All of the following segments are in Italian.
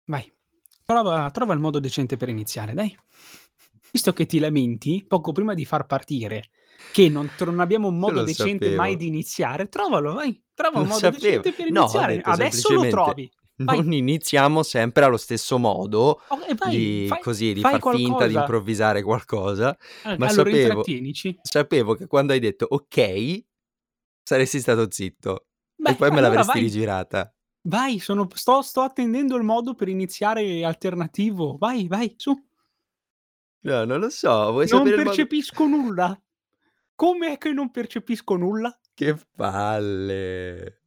Vai. Trova il modo decente per iniziare, dai. Visto che ti lamenti, poco prima di far partire, che non abbiamo un Io modo lo decente mai sapevo, di iniziare, trovalo, vai. Trova un lo modo sapevo. decente per No, ho iniziare. detto Adesso lo semplicemente: trovi. Vai. non iniziamo sempre allo stesso modo, O e vai, di fai far finta di qualcosa. improvvisare qualcosa, ma Allora sapevo intrattienici. che quando hai detto: "Okay", saresti stato zitto e Beh, poi me allora l'avresti vai. rigirata. Vai, sto attendendo il modo per iniziare alternativo. Vai, vai, su. No, non lo so, vuoi Non sapere il modo. percepisco nulla. Com'è che non percepisco nulla? Che palle.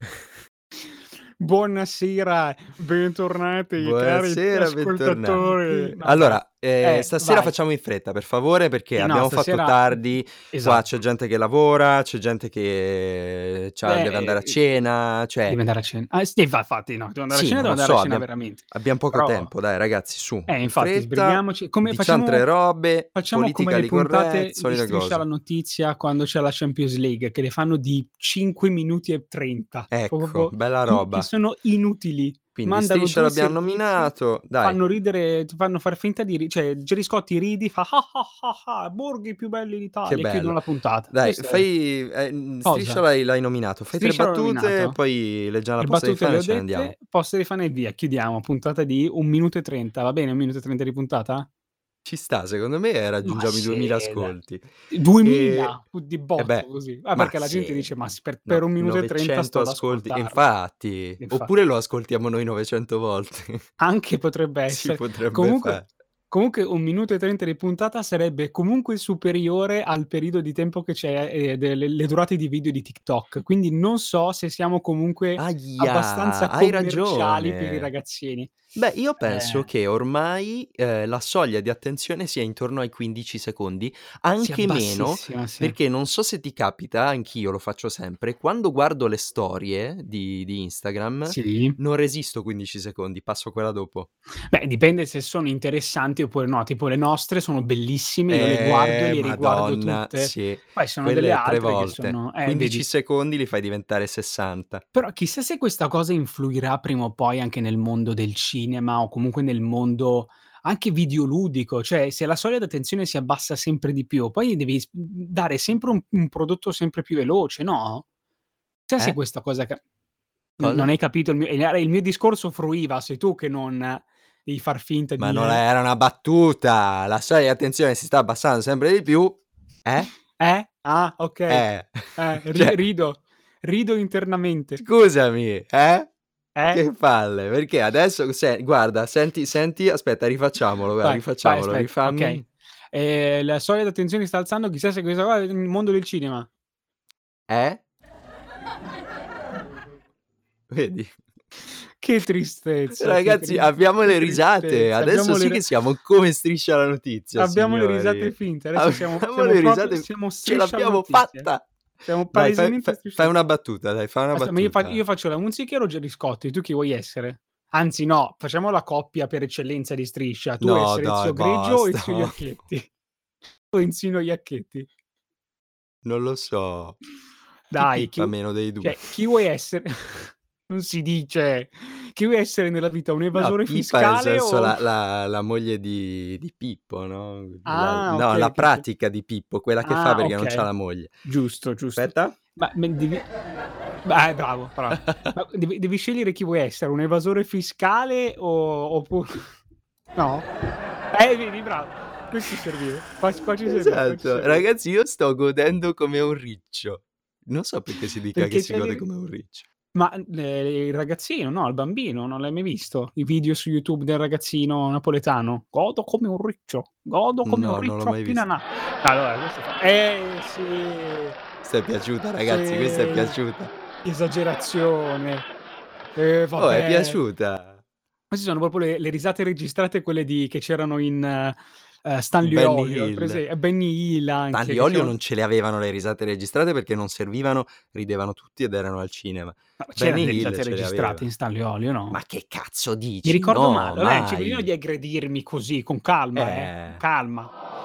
Buonasera, bentornati cari Buonasera, ascoltatori. bentornati. No dai. Allora, stasera Vai. facciamo in fretta, per favore, perché Sì, no, abbiamo fatto stasera tardi. Qua c'è esatto. gente che lavora, c'è gente che deve andare a Beh, cena, cioè devi andare a cena. Ah sì, infatti no, devo andare a sì, cena, non devo lo andare a so, cena veramente. abbiam poco Però tempo, dai ragazzi, su, in infatti fretta, sbrighiamoci. Come diciam 3 robe, facciamo come le politically correct, puntate di solite Striscia la cose. notizia quando c'è la Champions League, che le fanno di 5 minuti e 30, Ecco, proprio bella che roba. sono inutili. Quindi Mandano Striscia 2 l'abbiam servizi, nominato, dai. fanno ridere, ti fanno far finta di cioè Gerry Scotti ridi, fa: "Ah, ah, ah, ah, borghi più belli Che d'Italia", e chiudono bello. la puntata. Dai, Questo è fai Striscia cosa? l'hai nominato, fai 3 Striscia l'ho battute, nominato, poi leggiamo la le posta di battute le Fane e ho ce ne andiamo. dette, posta di pane e via. Chiudiamo, puntata di 1 minuto e 30, va bene 1 minuto e 30 di puntata? Ci sta, secondo me Ma raggiungiamo i 2000 sì, dai. ascolti. E 2000? Di eh botto beh, così. ma Perché la gente sì, dice: "Ma s per no 1 minuto e 30 sto 900 ad ascolti, e ascoltarlo". infatti, Infa oppure lo ascoltiamo noi 900 volte. Anche potrebbe Si essere. potrebbe Comunque fare. comunque 1 minuto e 30 di puntata sarebbe comunque superiore al periodo di tempo che c'è, delle le durate di video di TikTok. Quindi non so se siamo comunque Ahia, abbastanza hai commerciali per i ragione. ragazzini. Beh, io penso Eh, che ormai, la soglia di attenzione sia intorno ai 15 secondi, sia anche meno, bassissima, sì. perché non so se ti capita, anch'io lo faccio sempre, quando guardo le storie di Instagram, Sì. non resisto 15 secondi, passo a quella dopo. Beh, dipende se sono interessanti oppure no. Tipo le nostre sono bellissime, io le guardo e le riguardo Madonna, tutte. sì, Poi ci sono delle quelle 3 altre che volte. sono 15 vedi. secondi li fai diventare 60. Però chissà se questa cosa influirà prima o poi anche nel mondo del cinema o comunque nel mondo anche videoludico, cioè se la soglia d'attenzione si abbassa sempre di più, poi devi dare sempre un prodotto sempre più veloce, no? Chissà se Eh? questa cosa non Cosa? hai capito il mio discorso fruiva, sei tu che non devi far finta Ma di non era una battuta, la soglia di attenzione si sta abbassando sempre di più. Eh? Ah, okay. Eh, Ri cioè, rido internamente. scusami, eh? Eh? Che palle, perché adesso guarda, senti, aspetta, rifacciamolo, guarda, Vai, rifacciamolo, aspetta, okay. rifammi. La soglia d'attenzione sta alzando, chissà se questa qua nel mondo del cinema. Eh? Vedi? Che tristezza, Ragazzi, abbiamo che le risate, tristezza. adesso sì che siamo come Striscia la notizia, Abbiamo le signori. risate finte, adesso siamo Abbiamo siamo le proprio risate, siamo ce Striscia la l'abbiamo notizia. fatta. Siamo Dai, palesemente Striscia. fai una battuta, dai, fai una Ma io battuta. faccio la Musichiera o Gerry Scotti, tu chi vuoi essere? Anzi no, facciamo la coppia per eccellenza di Striscia. Tu vuoi No, essere dai, Ezio Greggio o basta. Ezio Iacchetti? O Enzino Iacchetti? Non lo so. Chi Dai, pippa meno dei 2? chi vuoi essere? Non si dice. Chi vuoi essere nella vita, un No, evasore Pippa nel fiscale senso o la moglie di Pippo, no, no, okay, la okay, okay. pratica di Pippo, quella che fa perché non c'ha Okay. la moglie. Giusto, giusto. Aspetta. Ma me devi bravo, bravo. Ma devi scegliere chi vuoi essere, un evasore fiscale oppu no? Vedi, bravo. Questo serviva. Qua ci serviva, qua ci Esatto. serviva. Ragazzi, io sto godendo come un riccio. Non so perché si dica che Perché si c'è gode le come un riccio. ma il ragazzino, no, il bambino, non l'hai mai visto? I video su YouTube del ragazzino napoletano? Godo come un No, non l'ho riccio mai appena visto. allora questo fa sì, Questa è piaciuta ragazzi, questa è sì, piaciuta. esagerazione. Oh, è Vabbè. piaciuta. Queste sono proprio le risate registrate, quelle che c'erano in, Stanlio e Benny Olio, hai Hill. Benny Hill anche, Stanley che Olio c'erano non ce le avevano le risate registrate perché non servivano, ridevano tutti ed erano al cinema. ma c'erano Benny le Hill risate ce le registrate aveva. in Stanlio e Olio, Ma no? che cazzo Mi dici? ricordo No, male. Vabbè, non c'è bisogno mai. di aggredirmi così, con calma, Eh. calma.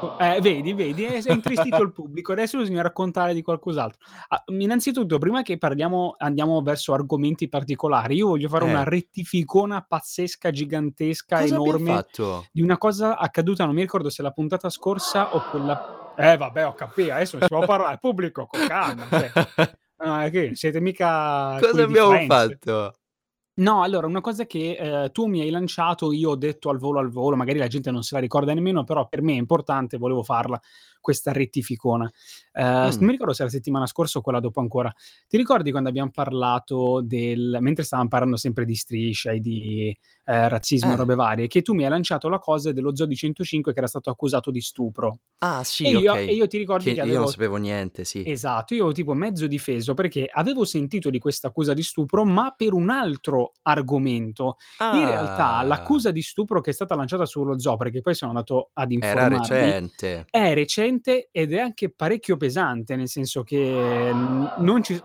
Vedi, vedi, s'è intristito il pubblico, adesso bisogna raccontare di qualcos'altro. Innanzitutto prima che parliamo andiamo verso argomenti particolari, io voglio fare una Eh, rettificona pazzesca, gigantesca, cosa abbiam enorme, fatto? di una cosa accaduta, non mi ricordo se la puntata scorsa o quella vabbè ho adesso non si può parlare, pubblico con calma, cioè, che siete mica Cosa quelli di abbiamo Friends. fatto? No, allora una cosa che, tu mi hai lanciato, io ho detto al volo, magari la gente non se la ricorda nemmeno, però per me è importante, volevo farla, questa rettificona. Non Mh. mi ricordo se la settimana scorsa o quella dopo ancora. Ti ricordi quando abbiam parlato mentre stavam parlando sempre di Striscia e di, razzismo e Eh. robe varie, che tu mi hai lanciato la cosa dello Zoo di 105 che era stato accusato di stupro. Ah E sì, io okay. io ti ricordi Che che io non avevo sapevo niente, sì. esatto, io avevo tipo mezzo difeso perché avevo sentito di questa accusa di stupro, ma per un altro argomento. In realtà Ah, l'accusa di stupro che è stata lanciata sullo zoo, perché poi sono andato ad era informarmi, recente. è recente ed è anche parecchio pesante, nel senso che, non ci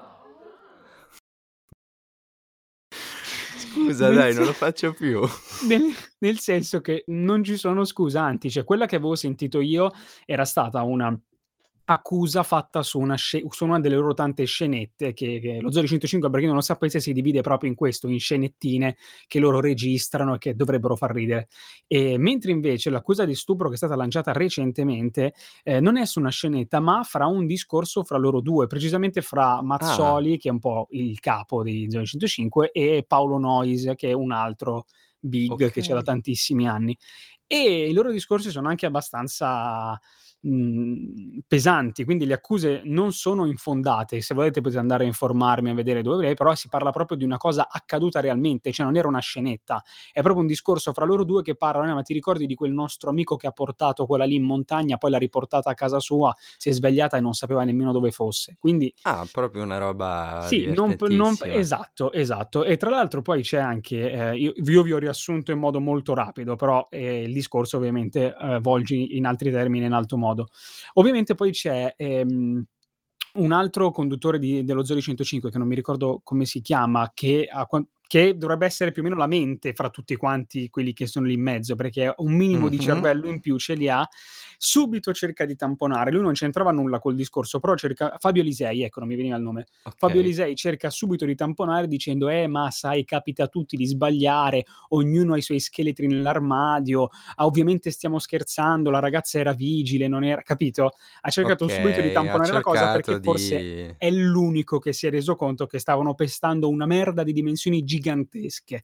Scusa nel dai, se non lo faccio più. nel nel senso che non ci sono scusanti, cioè quella che avevo sentito io era stata una accusa fatta su una delle loro tante scenette che lo Zoo di 105, per chi non lo sapesse, si divide proprio in questo, in scenettine che loro registrano e che dovrebbero far ridere. Mentre invece l'accusa di stupro che è stata lanciata recentemente, non è su una scenetta, ma fra un discorso fra loro 2, precisamente fra Ah, Mazzoli, che è un po' il capo di Zoo di 105, e Paolo Noyes, che è un altro big che c'è da okay. tantissimi anni. E i loro discorsi sono anche abbastanza, pesanti, quindi le accuse non sono infondate. Se volete potete andare a informarmi, a vedere dove è, però si parla proprio di una cosa accaduta realmente, cioè non era una scenetta. È proprio un discorso fra loro 2 che parlano: ma ti ricordi di quel nostro amico che ha portato quella lì in montagna, poi l'ha riportata a casa sua, si è svegliata e non sapeva nemmeno dove fosse." Quindi Ah, proprio una roba sì, non p divertentissima. esatto, esatto. E tra l'altro poi c'è anche io vi ho riassunto in modo molto rapido, però, il discorso ovviamente, volge in altri termini, in alto modo. Ovviamente poi c'è, un altro conduttore dello Zoo di 105, che non mi ricordo come si chiama, che dovrebbe essere più o meno la mente fra tutti quanti quelli che sono lì in mezzo, perché un minimo di Mh-mh. cervello in più ce li ha, subito cerca di tamponare. Lui non c'entrava nulla col discorso, però Fabio Lisei, ecco, non mi veniva il nome. Fabio Okay. Lisei cerca subito di tamponare dicendo: ma sai capita a tutti di sbagliare, ognuno ha i suoi scheletri nell'armadio, ovviamente stiamo scherzando, la ragazza era vigile, non era", capito? Ha cercato subito di Okay, ha tamponare la cosa perché cercato forse di è l'unico che si è reso conto che stavano pestando una merda di dimensioni gigantesche.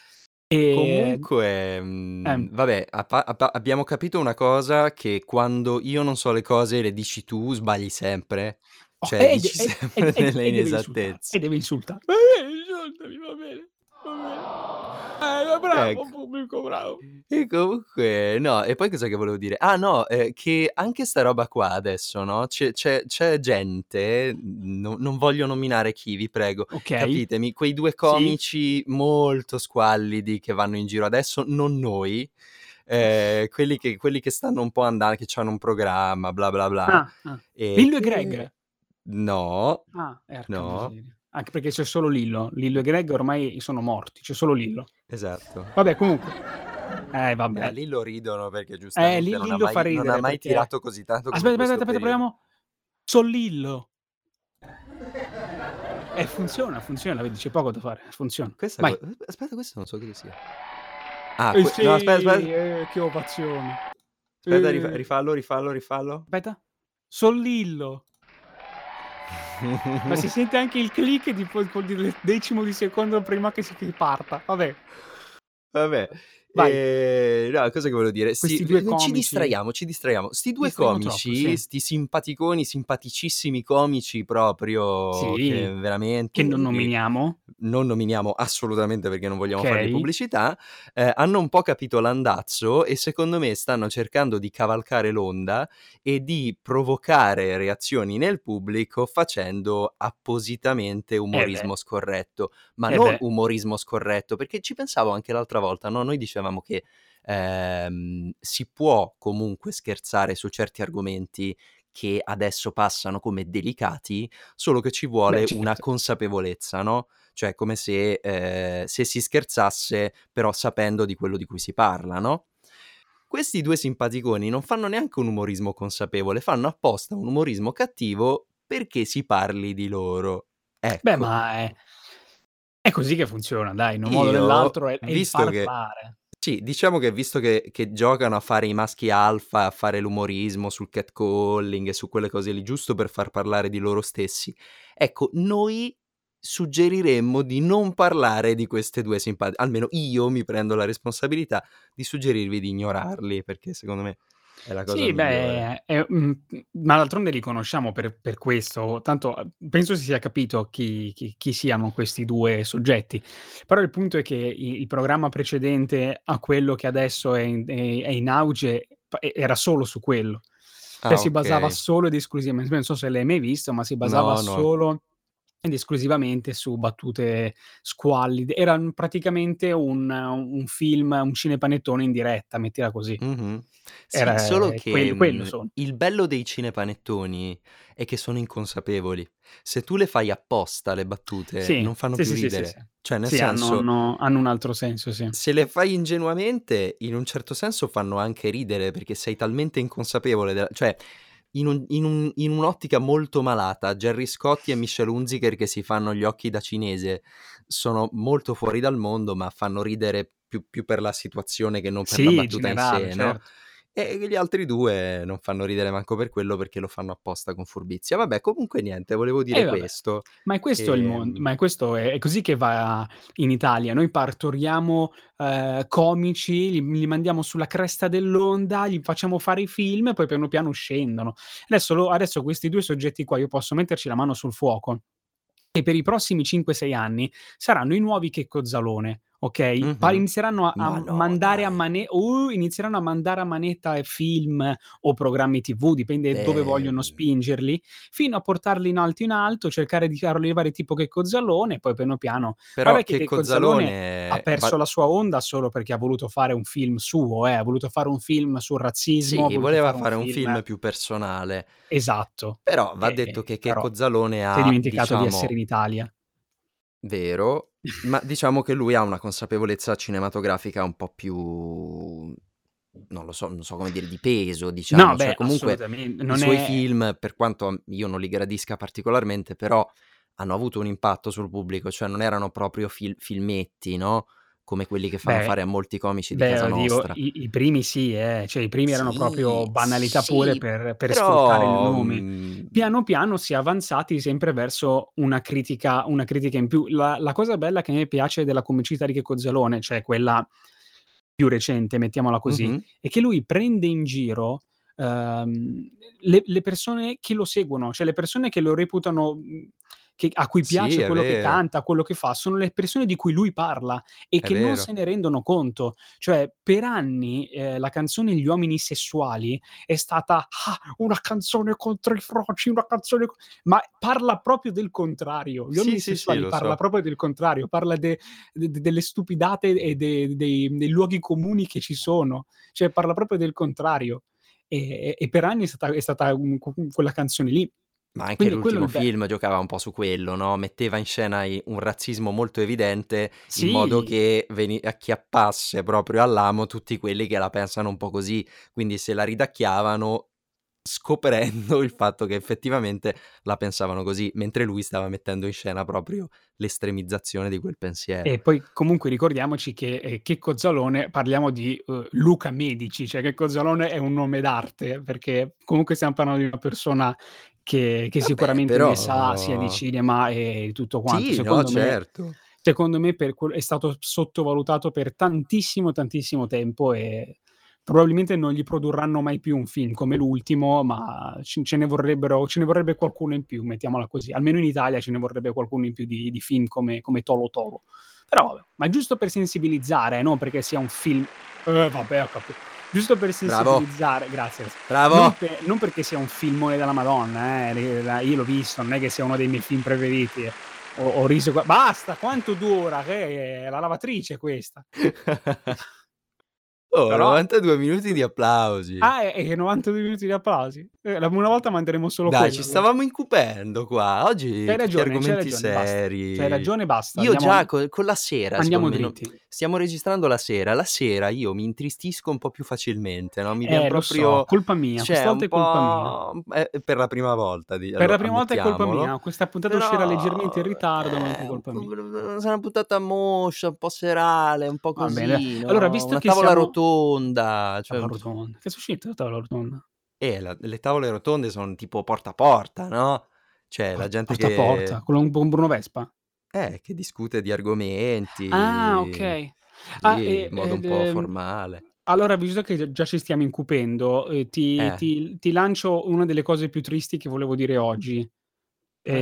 Ehm comunque, eh. vabbè, abbiamo capito una cosa, che quando io non so le cose le dici tu, sbagli sempre. Oh, Cioè dici sempre delle deve insultare, inesattezze. e deve insultare. Va bene, insultami, va bene, va bene. Bravo Ecco. pubblico, bravo. E comunque no, e poi cos'è che volevo dire? Ah no, che anche sta roba qua adesso, no, c'è gente, non voglio nominare chi, vi prego, Okay, capitemi, quei 2 sì. comici molto squallidi che vanno in giro adesso, non noi, quelli che stanno un po' che c'hanno un programma, bla bla bla, Ah, ah. Lillo e che Greg? no, Ah, erca no, miseria. Anche perché c'è solo Lillo. Lillo e Greg ormai sono morti, c'è solo Lillo. esatto. Vabbè comunque. A Vabbè. lì lo ridono perché giustamente Lillo fa non ha ridere mai perché tirato così tanto come in aspetta, questo aspetta, periodo. proviamo. Son Lillo. Funziona, funziona, vedi c'è poco da fare, funziona. Questa Vai. aspetta, questo non so cosa sia. Ah, Eh no, aspetta, sì, aspetta, che ovazioni. aspetta, Eh, rifallo. aspetta. Son Lillo. Ma si sente anche il click di quel del decimo di secondo prima che parta. Vabbè, Vabbè, vai. no, cosa che volevo dire? Questi 2 Ci comici distraiamo, ci distraiamo. 'Sti 2 distraiamo troppo, comici, sì. 'sti simpaticoni, simpaticissimi comici proprio, che Sì, che veramente non nominiamo. non nominiamo assolutamente perché non vogliamo fargli Okay. pubblicità, hanno un po' capito l'andazzo e secondo me stanno cercando di cavalcare l'onda e di provocare reazioni nel pubblico facendo appositamente Eh beh, umorismo scorretto. Ma eh non beh, umorismo scorretto, perché ci pensavo anche l'altra volta, no, noi dicevamo che, si può comunque scherzare su certi argomenti che adesso passano come delicati, solo che ci beh vuole una certo. consapevolezza, no, cioè come se si scherzasse però sapendo di quello di cui si parla, no? questi 2 simpaticoni non fanno neanche un umorismo consapevole, fanno apposta un umorismo cattivo perché si parli di loro. Beh, Ecco. ma è così che funziona dai, in un modo o Io, nell'altro è il visto che parlare. sì, diciamo che visto che giocano a fare i maschi alfa, a fare l'umorismo sul catcalling e su quelle cose lì, giusto per far parlare di loro stessi, ecco, noi suggeriremmo di non parlare di queste 2 almeno io mi prendo la responsabilità di suggerirvi di ignorarli, perché secondo me è la cosa Sì, migliore. beh, ma d'altronde li conosciamo per questo, tanto, penso si sia capito chi siano questi 2 soggetti. Però il punto è che il programma precedente a quello che adesso è in auge era solo su quello. Cioè Ah, si basava okay. solo ed esclusivamente, non so se l'hai mai visto, ma si basava No, no. solo ed esclusivamente su battute squallide. Era, praticamente un film, un cinepanettone in diretta, mettila così. Mh-mh. Sì, solo Era che, quello son. il bello dei cinepanettoni è che sono inconsapevoli. Se tu le fai apposta le battute, Sì, non fanno sì, più sì, sì, sì, sì. ridere. Cioè, nel Sì, senso, hanno un altro senso, sì. se le fai ingenuamente, in un certo senso fanno anche ridere, perché sei talmente inconsapevole cioè, in un'ottica molto malata, Gerry Scotti e Michelle Hunziker che si fanno gli occhi da cinese, sono molto fuori dal mondo, ma fanno ridere più per la situazione che non per la Sì, in battuta in generale, sé, no, certo. e gli altri 2 non fanno ridere manco per quello, perché lo fanno apposta con furbizia. Vabbè, comunque niente, volevo dire Vabbè, questo, ma è questo il ma è questo è così che va in Italia. Noi partoriamo, comici, li mandiamo sulla cresta dell'onda, gli facciamo fare i film e poi piano piano scendono. Adesso questi 2 soggetti qua io posso metterci la mano sul fuoco e per i prossimi 5, 6 anni saranno i nuovi Checco Zalone, okay, mh-mh. inizieranno a Ma no, mandare dai. inizieranno a mandare a manetta film o programmi TV, dipende dove vogliono Ehm spingerli, fino a portarli in alto, cercare di farli arrivare tipo Checco Zalone e poi piano piano Però vabbè che Checco Checco Zalone ha Zalone perso la sua onda solo perché ha voluto fare un film suo, ha voluto fare un film sul razzismo, ha sì, voluto voleva fare un fare un film film più personale, esatto, però va detto che però Checco Zalone si è ha, dimenticato di essere diciamo, in Italia. vero, ma diciamo che lui ha una consapevolezza cinematografica un po' più, non so come dire, di peso, No, diciamo. Cioè beh, comunque i non suoi è film, per quanto io non li gradisca particolarmente, però hanno avuto un impatto sul pubblico, cioè non erano proprio filmetti, no, come quelli che fanno beh fare a molti comici di beh, casa oddio, nostra. i primi sì, cioè i primi erano proprio Sì, banalità pure sì, per sfruttare il però, nome. Piano piano si è avanzati sempre verso una critica in più. La cosa bella che a me piace della comicità di Checco Zalone, cioè quella più recente, mettiamola così, mh-mh. è che lui prende in giro, le persone che lo seguono, cioè le persone che lo reputano a cui Sì, piace è quello che vero, canta, quello che fa, sono le persone di cui lui parla e è che non vero. se ne rendono conto. Cioè, per anni, la canzone "Gli uomini sessuali" è stata: "Ah, una canzone contro i froci, una canzone co", ma parla proprio del contrario. "Gli Sì, uomini sì, sì, sessuali" lo parla so. proprio del contrario, parla delle stupidate e dei luoghi comuni che ci sono, cioè parla proprio del contrario. E per anni è stata quella canzone lì. Ma anche Quindi è quello l'ultimo il film giocava un po' su quello, no, metteva in scena un razzismo molto evidente, in modo sì. che acchiappasse proprio all'amo tutti quelli che la pensano un po' così, quindi se la ridacchiavano scoprendo il fatto che effettivamente la pensavano così, mentre lui stava mettendo in scena proprio l'estremizzazione di quel pensiero. E poi comunque ricordiamoci che, Checco Zalone parliamo di, Luca Medici, cioè Checco Zalone è un nome d'arte, perché comunque stiam parlando di una persona che Vabbè, sicuramente ne sa sia di però cinema e tutto quanto. sì, no, certo. Secondo me è stato sottovalutato per tantissimo, tantissimo tempo e probabilmente non gli produrranno mai più un film come l'ultimo, ma ce ne vorrebbe qualcuno in più, mettiamola così. Almeno in Italia ce ne vorrebbe qualcuno in più di film come Tolo Tolo. Però vabbè, ma giusto per sensibilizzare, non perché sia un film vabbè ho giusto per Bravo, sensibilizzare grazie, bravo. non perché sia un filmone della Madonna, io l'ho visto, non è che sia uno dei miei film preferiti. Ho riso basta, quanto dura? Che è la lavatrice questa. Oh, Però 92 minuti di applausi. 92 minuti di applausi. una volta manderemo solo Dai, ci quello allora. stavamo incupendo qua. Oggi tutti C'hai argomenti ragione, basta. C'hai seri. ragione, basta. Io già con la sera, Andiamo secondo me, dritti. stiamo registrando la sera. La sera io mi intristisco un po' più facilmente, no? Mi viene Lo so, proprio, colpa mia, cioè, questa volta un è colpa mia. po' per la prima volta, Per la prima volta è colpa ammettiamolo. mia. Questa puntata uscirà leggermente in Però ritardo, ma è un po' è colpa mia. sarà una puntata moscia, un po' serale, un po' Va bene. così, Allora, no? visto Una che tavola siamo rotonda, cioè tavola rotonda. Che succede a tavola rotonda? le tavole rotonde son tipo porta a porta, no, cioè la gente Porta a porta, che con un con Bruno Vespa? che discute di Ah, argomenti, okay. Ah, così, in modo un po' formale. allora visto che già ci stiamo incupendo, Eh, ti lancio una delle cose più tristi che volevo dire oggi. eh?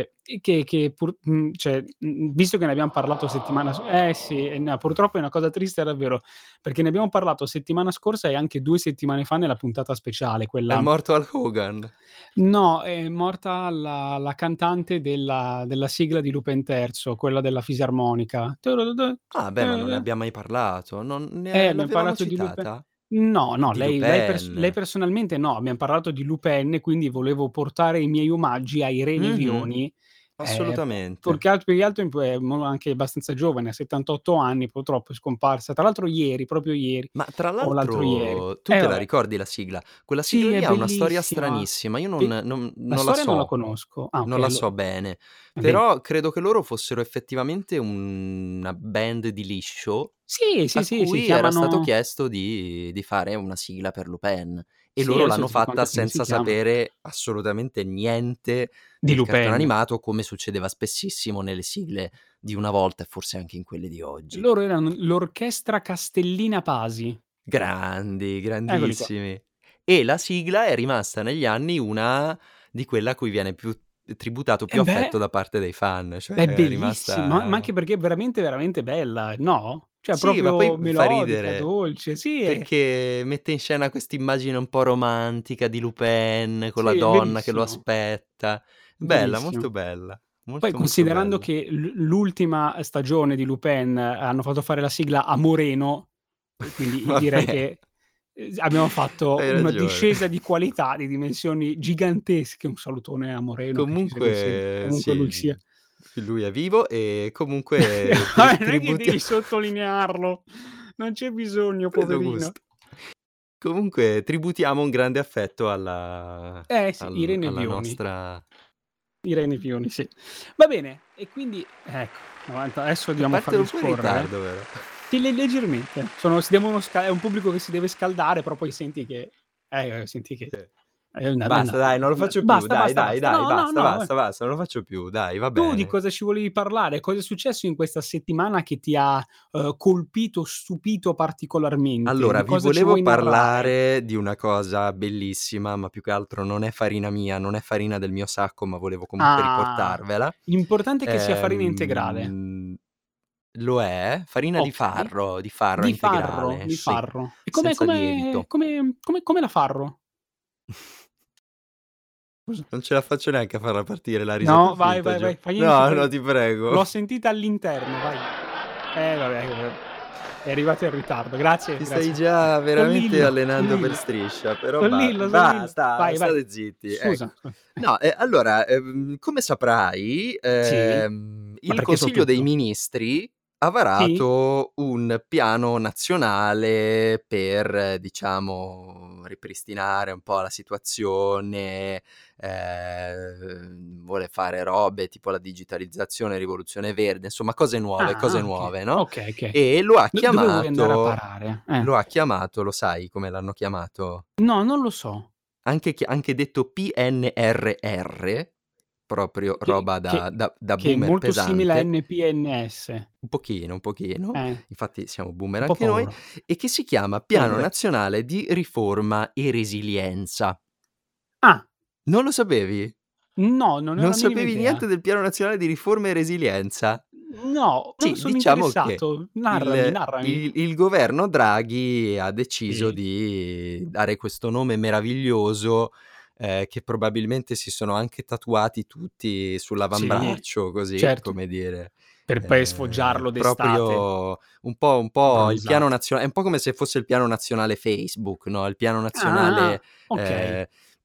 Cioè, visto che ne abbiam parlato settimana s sì, no, purtroppo è una cosa triste davvero, perché ne abbiamo parlato settimana scorsa e anche 2 settimane fa nella puntata speciale, È quella morto Hulk Hogan. no, è morta la cantante della sigla di Lupin III, quella della fisarmonica. Ah beh, ma non ne abbiam mai parlato. Non ne Abbiam l'avevamo parlato di Lupin citata? no, no, Di lei Lupin. personalmente no, abbiam parlato di Lupin, quindi volevo portare i miei omaggi a Irene Mh-mh, Vioni, assolutamente. più che altro anche abbastanza giovane, ha 78 anni, purtroppo è scomparsa. Tra l'altro ieri, proprio ieri Ma tra o l'altro ieri. l'altro tu te la Vabbè. ricordi la sigla? Quella sigla Sì, lì è ha una storia bellissima. stranissima, io Pe la non la storia non la so. conosco. Ah, Non okay, la allora so bene, vedi. però credo che loro fossero effettivamente una band di liscio, Sì, sì, a sì, si cui era stato chiamano chiesto di fare una sigla per Lupin e sì, loro adesso l'hanno ti dico fatta anche come si senza chiama. sapere assolutamente niente Di del cartone Lupin. animato, come succedeva spessissimo nelle sigle di una volta e forse anche in quelle di oggi. Loro erano l'Orchestra Castellina Pasi. Grandi, Eccoli qua. grandissimi. E la sigla è rimasta negli anni una di quella a cui viene più tributato Eh più beh, affetto da parte dei fan, cioè è è ma rimasta anche perché è veramente, veramente bella, no? Cioè sì, ma poi proprio fa melodica, ridere, dolce, sì, perché mette in scena quest'immagine un po' romantica di Lupin con la sì, donna che lo verissimo, aspetta. Bella, molto verissimo. bella, Poi molto, molto considerando bella. che l'ultima stagione di Lupin hanno fatto fare la sigla a Moreno, e quindi direi Vabbè, che, abbiamo fatto hai una ragione. discesa di qualità di dimensioni gigantesche. Un salutone a Moreno che ci segue sempre, Comunque ovunque sì, lui sia. lui è vivo e comunque Vabbè, non è che tributi devi sottolinearlo, non c'è bisogno preso poverino. gusto. Comunque tributiamo un grande affetto Eh sì, Irene alla Vioni, nostra Irene Vioni, sì. Va bene, e quindi ecco, adesso che dobbiamo parte far un po' in discorrere. ritardo, vero? Sì, leggermente. Si devono è un pubblico che si deve scaldare, però poi senti che Sì. è Basta dai, andata. non lo faccio più. Basta, Dai, basta, dai, basta. dai, No, no, basta, no, basta, basta, non lo faccio più. Dai, va tu di bene. cosa ci volevi parlare? Cosa è successo in questa settimana che ti ha, colpito, stupito particolarmente? Allora, Di vi cosa ci volevo vuoi narrare? parlare di una cosa bellissima, ma più che altro non è farina mia, non è farina del mio sacco, ma volevo comunque Ah, riportarvela. l'importante è che sia farina integrale. Ehm, lo è, farina Okay. di farro Di farro, integrale, di sì, farro. E senza lievito. come la farro? Scusa. Non ce la faccio neanche a farla partire la risata No, vai, finta, vai, vai, Gio. fa niente, No, no, fai ti prego. l'ho sentita all'interno, vai. Vabbè, è arrivato in ritardo. Grazie, Ti stai grazie. già Son veramente Lillo, son allenando per Lillo. striscia, però Son Lillo, son Lillo. basta, Vai, vai. state zitti, Scusa. ecco. No, allora, come saprai, Sì? Ma il perché so Consiglio dei tutto. Ministri ha Sì? varato un piano nazionale per, diciamo, ripristinare un po' la situazione, vuole fare robe tipo la digitalizzazione, rivoluzione verde, insomma cose Ah, okay. nuove, no, Okay, okay. e Dove vuoi andare a parare? lo ha chiamato, lo sai come l'hanno chiamato? No, non lo so. Anche detto PNRR, proprio Che roba che da che è boomer molto simile a pesante. NPNS. Un pochino, infatti siamo boomer Un po' anche noi, paura. e che si chiama Piano Vabbè. Nazionale di Riforma e Resilienza. Ah, Non lo sapevi? no, non ne ho Non la minima sapevi idea. niente del Piano Nazionale di Riforma e Resilienza? No, non Sì, sono diciamo che interessato. Narrami, narrami. il governo Draghi ha deciso Sì, di dare questo nome meraviglioso, che probabilmente si sono anche tatuati tutti sì, sull'avambraccio, così, certo, come dire, per poi sfoggiarlo d'estate, proprio un po' il piano bronzato. nazio è un po' come se fosse il piano nazionale Facebook, no, il piano Ah, ah, nazionale, ah, okay.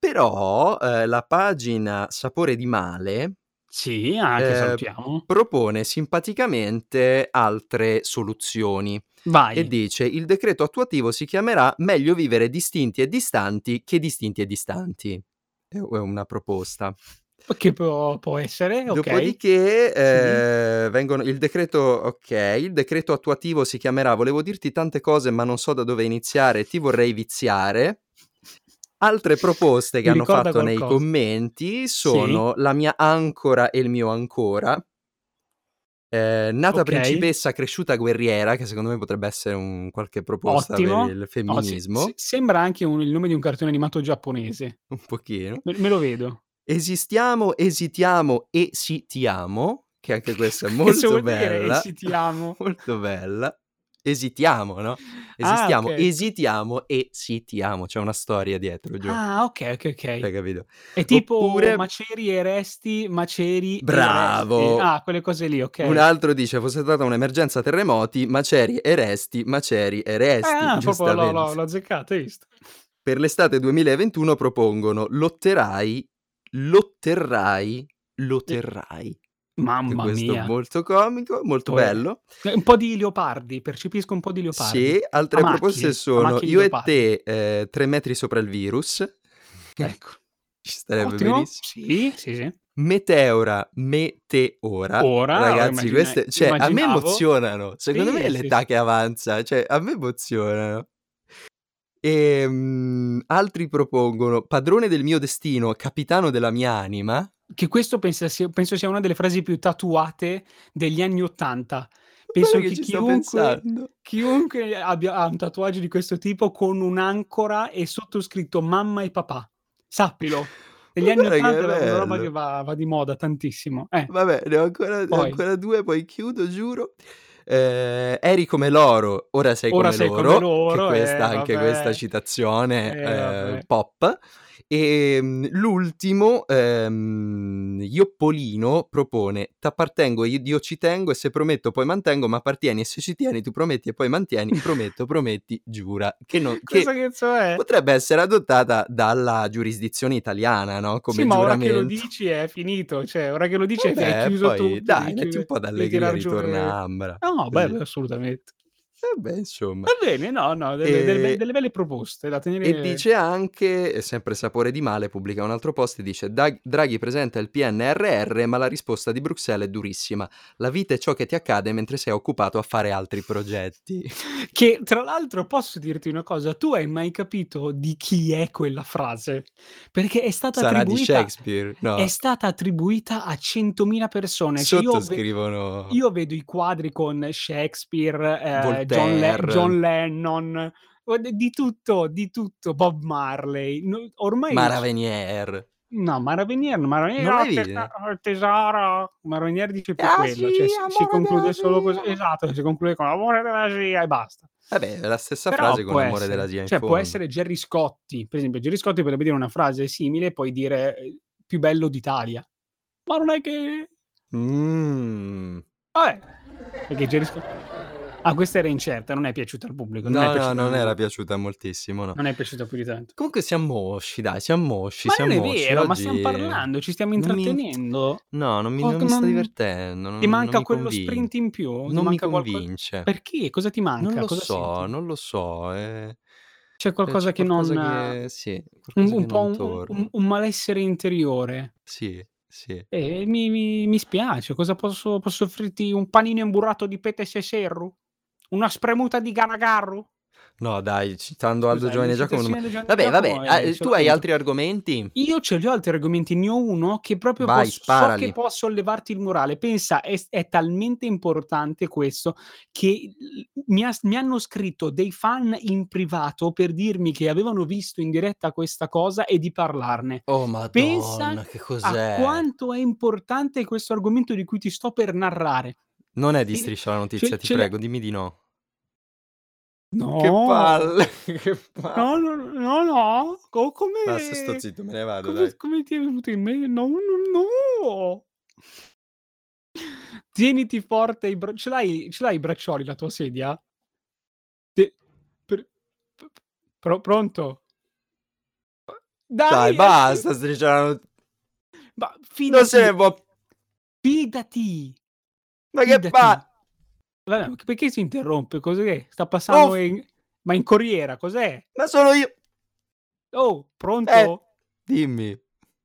Però, la pagina Sapore di Male, Sì, che salutiamo. propone simpaticamente altre soluzioni e Vai. dice: "Il decreto attuativo si chiamerà "Meglio vivere distinti e distanti che distinti e distanti". È una proposta. Che può essere, okay. Dopodiché, Sì. vengono il decreto attuativo si chiamerà "Volevo dirti tante cose, ma non so da dove iniziare, ti vorrei viziare". Altre proposte che Mi hanno ricorda fatto nei qualcosa. commenti Sì, sono "La mia ancora e il mio ancora", "Nata okay, principessa, cresciuta guerriera", che secondo me potrebbe essere un qualche proposta per ottimo. il No, femminismo, sembra anche il nome di un cartone animato giapponese. un pochino. Me lo vedo. "Esistiamo, esitiamo e sitiamo", che anche questa è Cosa molto vuol dire bella, esitiamo? molto bella. Esitiamo, no, Ah, esistiamo, okay. esitiamo e sitiamo, c'è una storia dietro, giù, Ah, okay, okay, hai okay. capito? È tipo Oppure maceri e resti, maceri e resti. bravo! Ah, quelle cose lì, Un okay. altro dice: "Fosse stata un'emergenza terremoti, maceri e resti", Proprio giustamente. l'ho azzeccato, hai visto? Per l'estate 2021 propongono: "Lotterai, lotterrai, lo E terrai". Anche mamma questo mia. molto comico, molto Poi bello. un po' di leopardi, percepisco un po' di leopardi. Sì, altre proposte A sono: macchie di "Io e leopardi. te, 3 metri sopra il virus", Ecco. ci starebbe Ottimo. benissi Sì, sì, sì. Meteora, meteora. Ora Ragazzi queste cioè a me immaginavo. emozionano. Secondo me è Sì, sì, l'età sì. che avanza, cioè a me emozionano. Altri propongono: "Padrone del mio destino, capitano della mia anima". Che questo penso sia una delle frasi più tatuate degli anni '80. Guarda Penso che che ci sto chiunque pensando. ha un tatuaggio di questo tipo con un'ancora e sottoscritto mamma e papà. Sappilo. Negli Ma anni guarda che '80 è era una roba che bello. va di moda tantissimo. Vabbè, ne ho Poi ancora 2, poi chiudo, giuro. "Eri come loro, ora sei ora come sei come loro", che loro, questa anche questa vabbè, citazione, vabbè. pop. L'ultimo, Ioppolino propone: "T'appartengo, io ci tengo e se prometto poi mantengo, ma appartieni e se ci tieni tu prometti e poi mantieni, prometto, prometti, giura". Questa Che canzone è? potrebbe essere adottata dalla giurisdizione italiana, no, Sì, come ma ora che lo giuramento. dici è finito, cioè ora che lo dici hai Vabbè, chiuso poi tutto, dai, metti un po' devi d'allegria, tirar giù ritorna Ambra, no, così. beh, assolutamente. Beh, insomma. Va bene, no, no, Ehm delle belle proposte da E tenere dice anche, e sempre Sapore di Male pubblica un altro post e dice: Draghi presenta il PNRR, ma la risposta di Bruxelles è durissima. La vita è ciò che ti accade mentre sei occupato a fare altri progetti". che tra l'altro posso dirti una cosa, tu hai mai capito di chi è quella frase? Perché Sarà di Shakespeare? è No, stata attribuita a 100.000 persone. Cioè sotto scrivono io vedo i quadri con Shakespeare, Voltaire, John Lennon, o d di tutto, Bob Marley. No, ormai Maravenier. no, Maravenier: Non "Oh l'hai vide? tesoro". Maravenier dice più Ah quello, cioè sì, si amore conclude della solo cos sia. esatto, si conclude con "Amore della Sia" e basta. Vabbè, è la stessa Però frase con può Amore della essere. Sia in Cioè può fondo. essere Gerry Scotti. Per esempio Gerry Scotti potrebbe dire una frase simile, puoi dire, "Più bello d'Italia". Ma non è che Mh. vabbè, perché Gerry Sco questa era incerta, non è piaciuta al pubblico, non è No, no, piaciuta non era piaciuta moltissimo, no. non è piaciuta più di tanto. Comunque siam mosci dai, siam mosci, Ma siam non è mosci. vero, ma stiam Oggi parlando, ci stiamo non mi intrattenendo. no, Co non mi sta non divertendo, Ti non manca mi quello sprint in più? Ti non mi manca qualco convince. perché? Cosa ti Non manca? lo Cosa so, senti? non lo so, C'è qualcosa c'è che non qualcosa che sì, un qualcosa che un po' non torna. un malessere interiore. Sì, sì. Mi spiace, cosa posso offrirti un panino imburrato di pete seserru? Una spremuta di ganagarru? No dai, citando Aldo, Scusa, le Giovanni e Giacomo non me citazioni del Giorno di vabbè, vabbè, Giacomo, ce tu l'ho hai dentro. altri argomenti? Io ce li ho altri argomenti, ne ho uno che proprio Vai, so che sparali. può sollevarti il morale. Pensa, è talmente importante questo che mi hanno scritto dei fan in privato per dirmi che avevano visto in diretta questa cosa e di parlarne. Oh Pensa madonna, che a cos'è? quanto è importante questo argomento di cui ti sto per narrare. Non è di E Striscia la notizia, ti ce li ha prego, dimmi di no. Che no, palle, che pa no, no, no, no, basta, sto zitto, me ne vado come dai. come ti è venuto in me no, no, no. Tieniti forte i ce l'hai i braccioli la tua sedia? Te per p p pronto? Dai, Dai, basta striscia la not ma non se fidati, ne può fidati, ma che fidati. fa? Vabbè, ma perché si interrompe? Cos'è? Sta passando Uff, in corriera, cos'è? ma sono io. Oh, Eh, pronto? dimmi.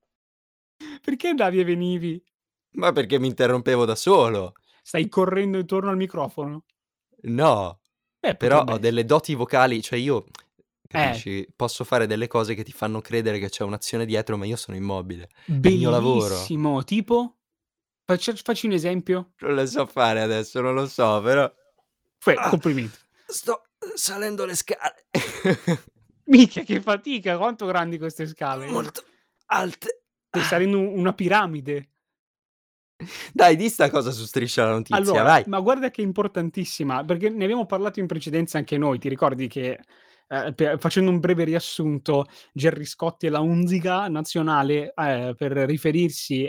Perché andavi e venivi? Ma perché mi interrompevo da solo. Stai correndo intorno al microfono? No, però Potrebbe ho essere. delle doti vocali, cioè io, Eh, capisci, posso fare delle cose che ti fanno credere che c'è un'azione dietro, ma io sono immobile. È il mio lavoro. bellissimo. Tipo? Facci un esempio. Non le so fare adesso, non lo so, però ah, Complimenti. sto salendo le scale. Minchia, che fatica, quanto grandi queste scale. Molto alte. Stai salendo una piramide. Dai, di 'sta cosa su Striscia la Notizia, Allora, vai. ma guarda che è importantissima, perché ne abbiamo parlato in precedenza anche noi. Ti ricordi che, facendo un breve riassunto, Gerry Scotti e la Unziga nazionale, per riferirsi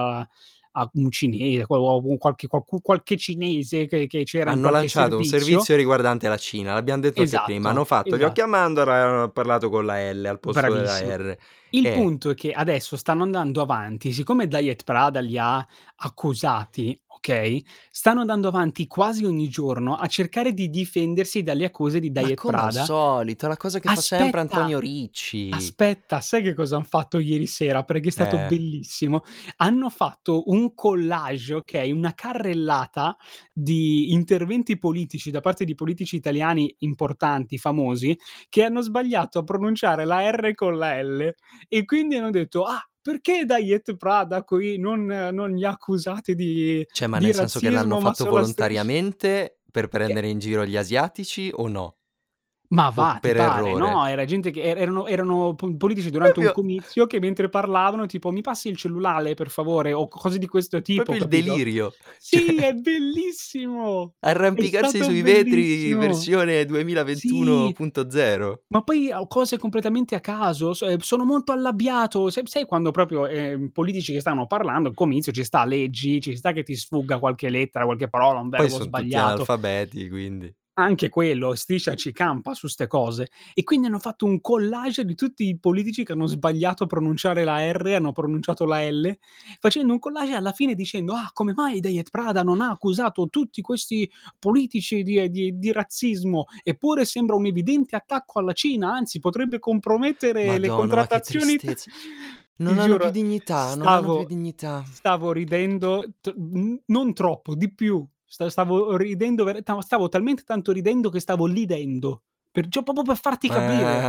a un cinese, o un qualche cinese che c'era in Hanno qualche lanciato un servizio. servizio riguardante la Cina, l'abbiam detto anche prima, hanno Esatto, fatto gli occhi a esatto. mandorla e hanno parlato con la L al posto della Bravissimo. R. Il punto è che adesso stanno andando avanti, siccome Diet Prada li ha accusati, okay, stanno andando avanti quasi ogni giorno a cercare di difendersi dalle accuse di Ma Diet come al Prada. solito, la cosa che fa sempre Aspetta, Antonio Ricci. aspetta, sai che cosa han fatto ieri sera? Perché è stato Eh. bellissimo. Hanno fatto un collage, okay, una carrellata di interventi politici da parte di politici italiani importanti, famosi, che hanno sbagliato a pronunciare la R con la L e quindi hanno detto: "Ah, perché Diet Prada qui non li ha accusati Cioè, ma di nel senso che l'hanno razzismo, ma fatto solo a striscia". volontariamente per Che prendere in giro gli asiatici o no? Ma O va, ti per pare? errore? No, era gente che erano politici durante un Proprio comizio che mentre parlavano tipo: "Mi passi il cellulare per favore?" O cose di questo tipo, proprio il capito? delirio. Sì, Cioè, è bellissimo! È arrampicarsi stato sui vetri bellissimo! versione Sì, 2021.0. ma poi a cose completamente a caso, sono molto arrabbiato. Sai quando proprio, politici che stanno parlando, al comizio ci sta, leggi, ci sta che ti sfugga qualche lettera, qualche parola, un Poi verbo son tutti sbagliato. analfabeti, quindi Anche quello, Striscia ci campa su 'ste cose. E quindi hanno fatto un collage di tutti i politici che hanno sbagliato a pronunciare la R, hanno pronunciato la L, facendo un collage e alla fine dicendo: "Ah, come mai Diet Prada non ha accusato tutti questi politici di razzismo, eppure sembra un evidente attacco alla Cina, anzi potrebbe compromettere le Madonna, ma che contrattazioni t". tristezza. Ti Non hanno più giuro, dignità, non hanno più stavo dignità. stavo ridendo non troppo, di più. Stavo ridendo stavo talmente tanto ridendo che stavo lidendo, proprio per farti capire.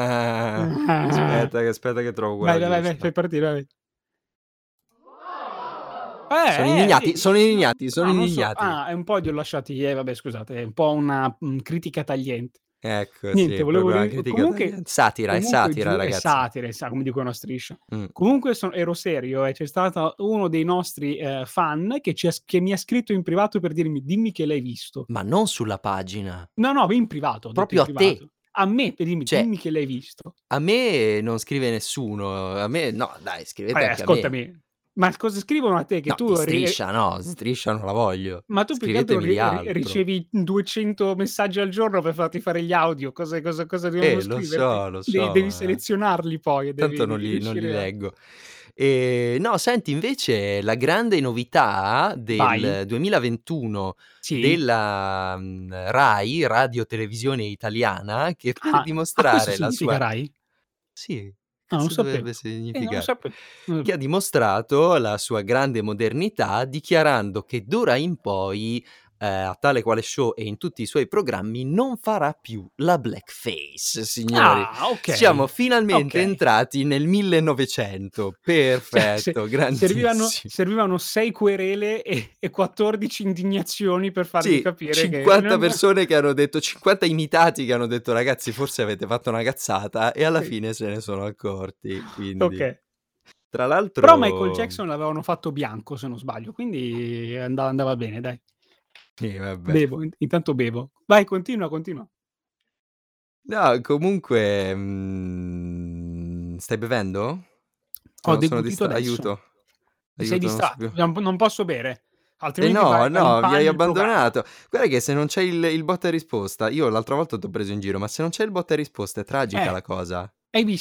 Aspetta che trovo Vai, quella vai, vai, vai, giusta. fai partire, vai. Vedi? Sono No, indignati, sono no, non so. indignati. Ah, è un po' li ho lasciati vabbè scusate, è un po' una, critica tagliente. Ecco, Niente, sì, volevo proprio una ri critica comunque taglia satira, è comunque satira giù è ragazzi. satira, come dicono a Striscia. Mh. Comunque ero serio, c'è stata uno dei nostri, fan che mi ha scritto in privato per dirmi: "Dimmi che l'hai visto". Ma non sulla pagina, No, no, in privato, ho detto in proprio a te. privato. A me per dirmi: Cioè, "Dimmi che l'hai visto". a me non scrive nessuno, a me no dai, scrivete anche a me. Ascoltami, ma cosa scrivono a te che No, di tu Striscia no, Striscia non la voglio. ma tu più che altro Scrivetemi di altro. ricevi 200 messaggi al giorno per farti fare gli audio, cosa devono scriverti? Lo so, Devi ma selezionarli poi e tanto devi non li riuscire a leggo. No, senti invece la grande novità vai. del 2021 Sì? della, RAI, Radio Televisione Italiana, che per Questo dimostrare la significa sua Rai? sì, Ah, non cazzo sapevo. dovrebbe Non significare? sape Che ha dimostrato la sua grande modernità dichiarando che d'ora in poi, a Tale quale show e in tutti i suoi programmi non farà più la blackface, signori. Siamo Okay, finalmente okay. entrati nel 1900. Cioè Perfetto, grandissimo. servivano 6 querele e 14 indignazioni per fargli Sì, capire che 50 non persone che hanno detto 50 imitati che hanno detto: "Ragazzi, forse avete fatto una cazzata", e alla sì, fine se ne sono accorti, quindi okay. tra Però Michael l'altro Jackson l'avevano fatto bianco se non sbaglio, quindi andava bene dai. sì, vabbè. Bevo, intanto bevo. Vai, continua, continua. No, comunque, stai bevendo? Ho Sono deglutito adesso. aiuto, Mi sei aiuto, non so distratto, più. non posso bere, Eh altrimenti no, va in no, mi hai panne il programma. abbandonato. Guarda che se non c'è il botta e risposta io l'altra volta t'ho preso in giro, ma se non c'è il botta e risposta è tragica Eh, la cosa. hai visto?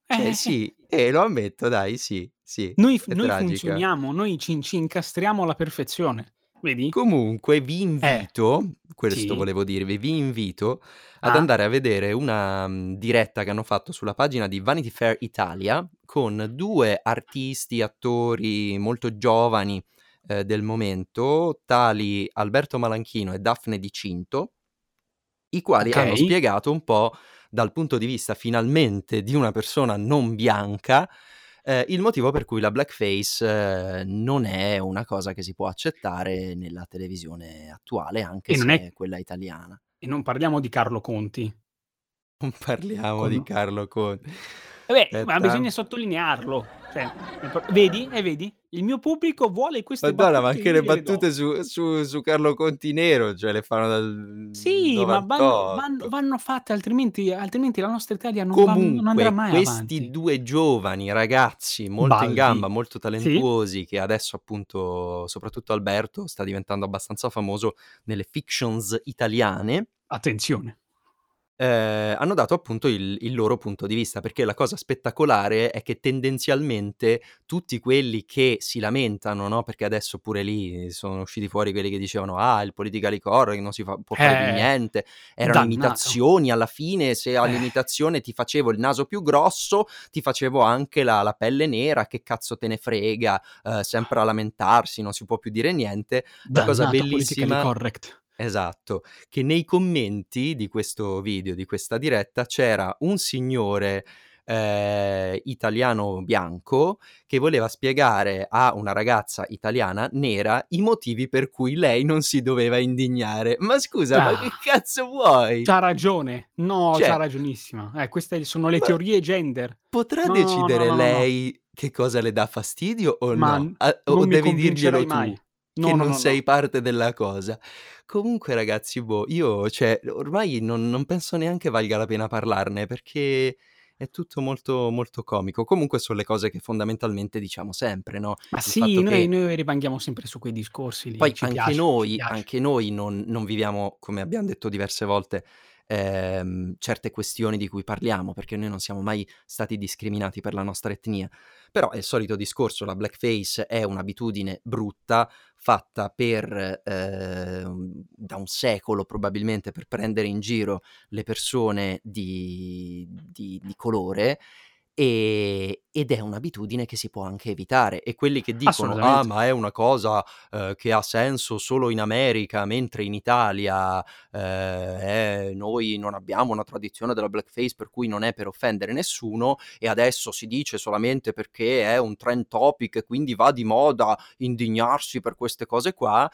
Eh. Sì, lo ammetto dai, sì, sì, è Noi tragica. funzioniamo, noi ci incastriamo alla perfezione, vedi? Comunque vi Eh, invito, questo sì, volevo dirvi, vi invito ad ah, andare a vedere una, diretta che hanno fatto sulla pagina di Vanity Fair Italia con 2 artisti, attori molto giovani, del momento, tali Alberto Malanchino e Daphne Di Cinto, i quali hanno okay. spiegato un po' dal punto di vista finalmente di una persona non bianca, il motivo per cui la blackface non è una cosa che si può accettare nella televisione attuale, anche E non se è è quella italiana. e non parliamo di Carlo Conti. Non parliamo Con di Carlo Con Eh beh, ma aspetta. bisogna sottolinearlo. Cioè, è pro vedi? Vedi? Il mio pubblico vuole queste Madonna, ma battute, anche io le gliele do. battute su Carlo Conti nero, cioè le fanno dal Sì, ma '98. vanno fatte, altrimenti la nostra Italia non andrà Comunque, mai questi avanti. 2 giovani ragazzi molto in Baldi. gamba, molto Sì, talentuosi, che adesso appunto, soprattutto Alberto, sta diventando abbastanza famoso nelle fictions italiane, attenzione. hanno dato appunto il loro punto di vista, perché la cosa spettacolare è che tendenzialmente tutti quelli che si lamentano, no, perché adesso pure lì sono usciti fuori quelli che dicevano: "Ah, il politically correct, non si fa può fare più Eh, niente, erano dannato. imitazioni, alla fine se Eh, all'imitazione ti facevo il naso più grosso, ti facevo anche la pelle nera, che cazzo te ne frega", sempre a lamentarsi, non si può più dire niente. La cosa dannato politically bellissima, correct. esatto, che nei commenti di questo video, di questa diretta, c'era un signore, italiano bianco che voleva spiegare a una ragazza italiana nera i motivi per cui lei non si doveva indignare. Ma scusa, ma che Ah, cazzo vuoi? c'ha ragione. No, c'ha Cioè, ragionissima. Queste sono le ma teorie gender. potrà No, no, decidere no, no, no. lei che cosa le dà fastidio o Ma no? O non mi devi dirglielo convincerai tu, mai. che No, no, non no, no. sei parte della cosa? Comunque ragazzi, boh, io cioè ormai non penso neanche valga la pena parlarne, perché è tutto molto, molto comico. Comunque son le cose che fondamentalmente diciamo sempre, no, Ma il sì, fatto che noi rimanghiamo sempre su quei discorsi lì. poi Ci piace, ci piace. anche noi non viviamo, come abbiam detto diverse volte, certe questioni di cui parliamo, perché noi non siamo mai stati discriminati per la nostra etnia. Però è il solito discorso, la blackface è un'abitudine brutta, fatta per da un secolo probabilmente, per prendere in giro le persone di colore, ed è un'abitudine che si può anche evitare. E quelli che dicono: "Ah, Assolutamente. ma è una cosa, che ha senso solo in America, mentre in Italia, noi non abbiamo una tradizione della blackface, per cui non è per offendere nessuno, e adesso si dice solamente perché è un trend topic e quindi va di moda indignarsi per queste cose qua",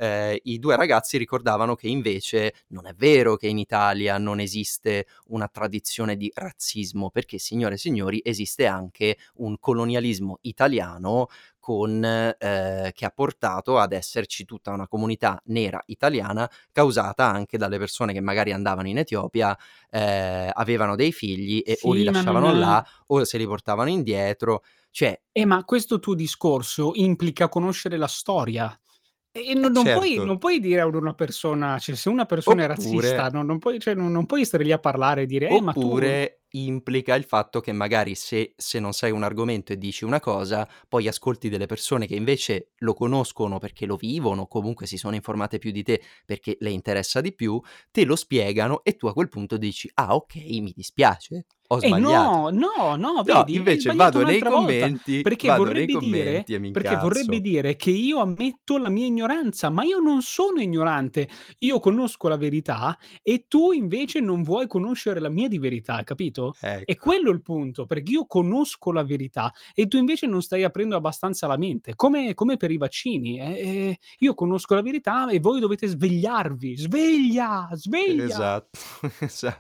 i 2 ragazzi ricordavano che invece non è vero che in Italia non esiste una tradizione di razzismo, perché signore e signori esiste anche un colonialismo italiano con che ha portato ad esserci tutta una comunità nera italiana, causata anche dalle persone che magari andavano in Etiopia, avevano dei figli e o li Sì, ma lasciavano là non o se li portavano indietro, cioè ma questo tuo discorso implica conoscere la storia. E non certo. puoi dire ad una persona, cioè se una persona è razzista Oppure non puoi, cioè non puoi stare lì a parlare e dire: ma tu". Oppure implica il fatto che magari se non sai un argomento e dici una cosa, poi ascolti delle persone che invece lo conoscono perché lo vivono, comunque si sono informate più di te perché le interessa di più, te lo spiegano e tu a quel punto dici: "Ah okay, mi dispiace, ho sbagliato". No, no, no, No, vedi, hai invece sbagliato un'altra volta, vado nei commenti e mi perché vorrebbe incazzo. dire che io ammetto la mia ignoranza, ma io non sono ignorante. Io conosco la verità e tu invece non vuoi conoscere la mia di verità, capito? È Ecco, quello il punto, perché io conosco la verità e tu invece non stai aprendo abbastanza la mente, come per i vaccini, io conosco la verità e voi dovete svegliarvi. Sveglia, sveglia! esatto, esatto.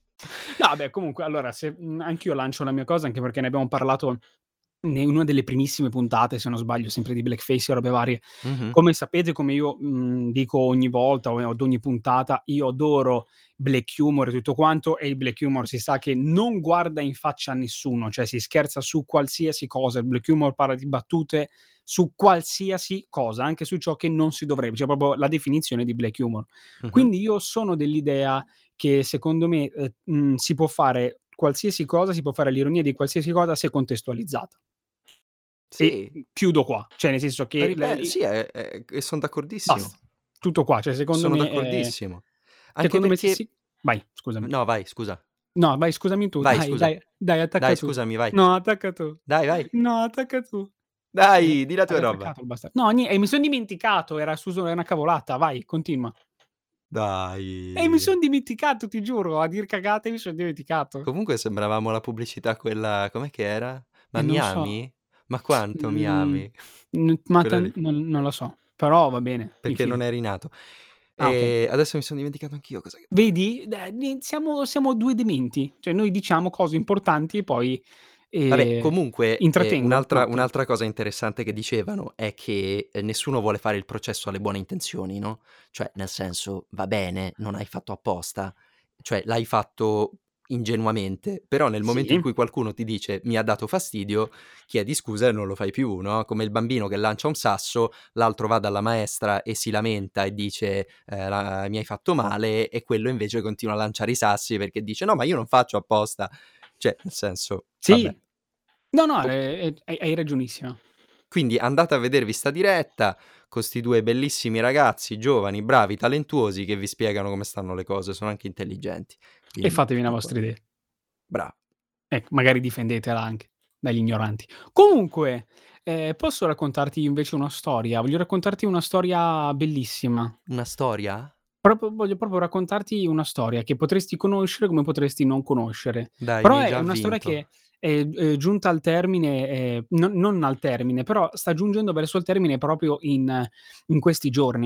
No, beh, comunque allora anch'io lancio la mia cosa, anche perché ne abbiamo parlato in una delle primissime puntate, se non sbaglio, sempre di blackface e robe varie. Mh-mh. Come sapete, come io, dico ogni volta o ad ogni puntata, io adoro black humor e tutto quanto, e il black humor si sa che non guarda in faccia a nessuno, cioè si scherza su qualsiasi cosa. Il black humor parla di battute su qualsiasi cosa, anche su ciò che non si dovrebbe, cioè proprio la definizione di black humor. Mh-mh. Quindi io sono dell'idea che secondo me, si può fare qualsiasi cosa, si può fare l'ironia di qualsiasi cosa se contestualizzata. E, Sì, chiudo qua. Cioè nel senso che l i sì, e son d'accordissimo. basta. Tutto qua. Cioè secondo Sono me d'accordissimo. Anche secondo me se perché si vai, scusami. no, vai, scusa. No, vai, scusami tu. Vai, Dai, scusa. dai, dai, attacca Dai, tu. scusami, vai. No, attacca tu. Dai, vai. No, attacca tu. Dai, di la tua Hai roba. attaccato il basta no, mi son dimenticato, era è una cavolata, vai, continua. Mi Dai. son dimenticato, ti giuro, a dir cagate mi son dimenticato. Comunque sembravamo la pubblicità quella com'è che era? "Ma Non mi so. ami? Ma quanto mi Mhmm, ami?" ma Quella lì, non lo so, però va bene, mi perché non fido. eri nato. Okay. Adesso mi son dimenticato anch'io cos'è che Vedi? Siamo 2 dementi, cioè noi diciamo cose importanti e poi, vabbè, ehm, comunque, intrattengono. No, prego. un'altra cosa interessante che dicevano è che, nessuno vuole fare il processo alle buone intenzioni, no, cioè nel senso, va bene, non hai fatto apposta, cioè l'hai fatto ingenuamente, però nel momento in Sì, cui qualcuno ti dice: "Mi ha dato fastidio", chiedi scusa e non lo fai più, no, come il bambino che lancia un sasso, l'altro va dalla maestra e si lamenta e dice, la "Mi hai fatto male", e quello invece continua a lanciare i sassi perché dice: "No, ma io non faccio apposta". Cioè, nel senso, vabbè. sì. No, no, Co hai ragionissima. Quindi andate a vedervi 'sta diretta con 'sti 2 bellissimi ragazzi, giovani, bravi, talentuosi, che vi spiegano come stanno le cose, sono anche intelligenti. E Quindi fatevi una tutto qua. vostra idea. Bra Ecco, magari difendetela anche dagli ignoranti. Comunque, posso raccontarti invece una storia? Voglio raccontarti una storia bellissima. una storia? Voglio proprio raccontarti una storia che potresti conoscere come potresti non conoscere. Dai, mi Però hai è già una storia vinto. che è giunta al termine, non al termine, però sta giungendo verso il termine proprio in questi giorni.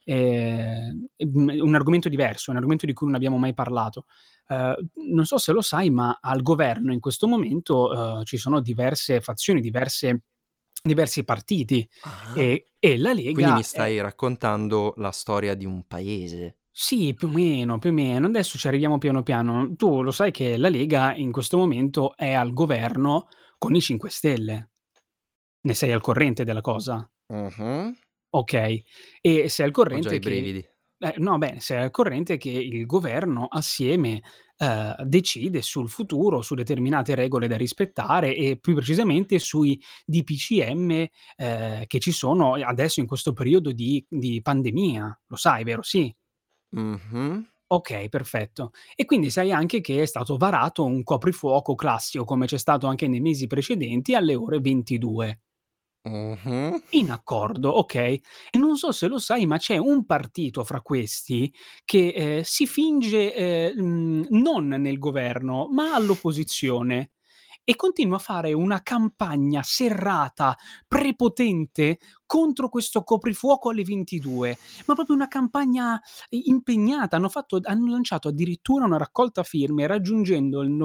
Un argomento diverso, un argomento di cui non abbiamo mai parlato. Ehm, non so se lo sai, ma al governo in questo momento, ci sono diverse fazioni, diversi partiti, Ah-ah. e la Quindi mi Lega è stai raccontando la storia di un paese. sì, più o meno, più o meno. Adesso ci arriviamo piano piano. Tu lo sai che la Lega in questo momento è al governo con i 5 Stelle. Ne sei al corrente della cosa? Mh-mh. Okay. E sei al Ho già corrente i che brividi. no, beh, sei al corrente che il governo assieme, decide sul futuro, su determinate regole da rispettare e più precisamente sui DPCM, che ci sono adesso in questo periodo di pandemia. Lo sai, vero? Sì. Mh-mh. Okay, perfetto. E quindi sai anche che è stato varato un coprifuoco classico, come c'è stato anche nei mesi precedenti, alle ore 22. Mh-mh. In accordo, okay. E non so se lo sai, ma c'è un partito fra questi che, si finge, non nel governo, ma all'opposizione e continua a fare una campagna serrata, prepotente contro questo coprifuoco alle 22, ma proprio una campagna impegnata. Hanno lanciato addirittura una raccolta firme raggiungendo il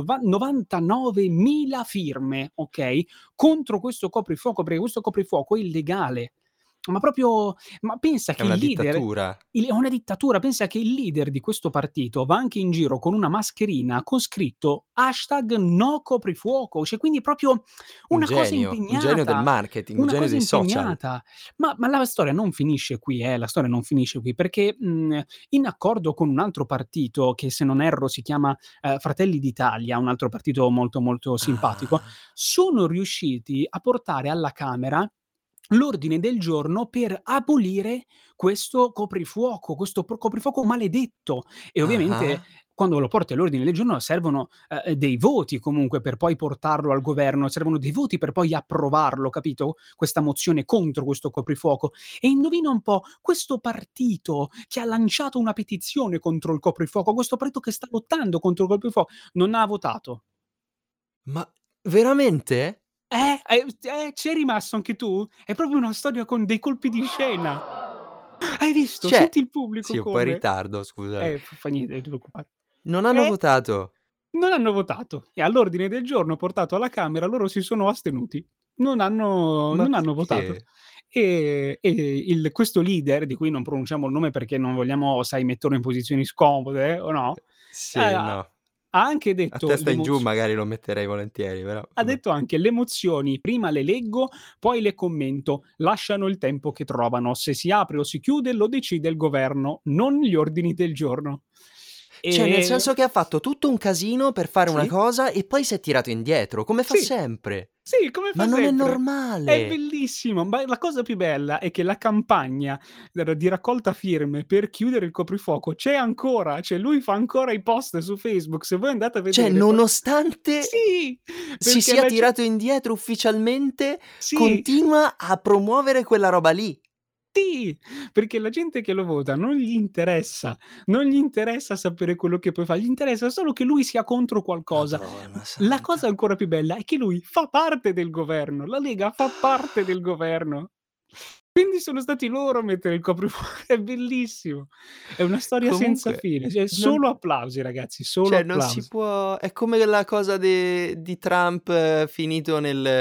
99.000 firme, okay, contro questo coprifuoco, perché questo coprifuoco è illegale. Ma proprio ma pensa È che una il leader dittatura. è una dittatura, pensa che il leader di questo partito va anche in giro con una mascherina con scritto #no coprifuoco, cioè quindi proprio Un genio del marketing, un una genio cosa dei social. impegnata. Ma la storia non finisce qui, la storia non finisce qui, perché, in accordo con un altro partito che se non erro si chiama, Fratelli d'Italia, un altro partito molto, molto simpatico, Ah. sono riusciti a portare alla Camera l'ordine del giorno per abolire questo coprifuoco, questo coprifuoco maledetto. E ovviamente Ah-ah. quando lo porti all'ordine del giorno servono, dei voti comunque per poi portarlo al governo, servono dei voti per poi approvarlo, capito, questa mozione contro questo coprifuoco. E indovina un po', questo partito che ha lanciato una petizione contro il coprifuoco, questo partito che sta lottando contro il coprifuoco, non ha votato. Ma veramente? Ci eri rimasto anche tu? È proprio una storia con dei colpi di scena. Hai visto? Cioè Senti il pubblico sì, un po' in come. ritardo, scusami. Fa niente, non ti preoccupare. Non hanno Eh, votato. non hanno votato e all'ordine del giorno portato alla Camera loro si sono astenuti. Ma Non hanno votato. perché? Questo leader, di cui non pronunciamo il nome perché non vogliamo, sai, metterlo in posizioni scomode, o no, Sì, ha no. ha anche A detto testa in giù magari lo metterei volentieri, però ha vabbè. detto anche: "Le mozioni prima le leggo, poi le commento, lasciano il tempo che trovano. Se si apre o si chiude lo decide il governo, non gli ordini del giorno". Cioè, nel Ehm senso che ha fatto tutto un casino per fare una sì, cosa e poi si è tirato indietro, come fa sì. sempre. Sì, come Ma fa non è sempre. È normale. bellissimo, ma la cosa più bella è che la campagna di raccolta firme per chiudere il coprifuoco c'è ancora, cioè lui fa ancora i post su Facebook, se voi andate a Cioè, vedere nonostante sì, si perché sia la ge tirato indietro ufficialmente, sì. continua a promuovere quella roba lì. Sì, perché la gente che lo vota non gli interessa sapere quello che poi fa, gli interessa solo che lui sia contro qualcosa. Madonna La cosa santa. ancora più bella è che lui fa parte del governo, la Lega fa parte del governo. Quindi sono stati loro a mettere il coprifuoco, è bellissimo. È una storia senza Comunque, fine, cioè non solo applausi ragazzi, solo cioè non si applausi. può è come la cosa di Trump finito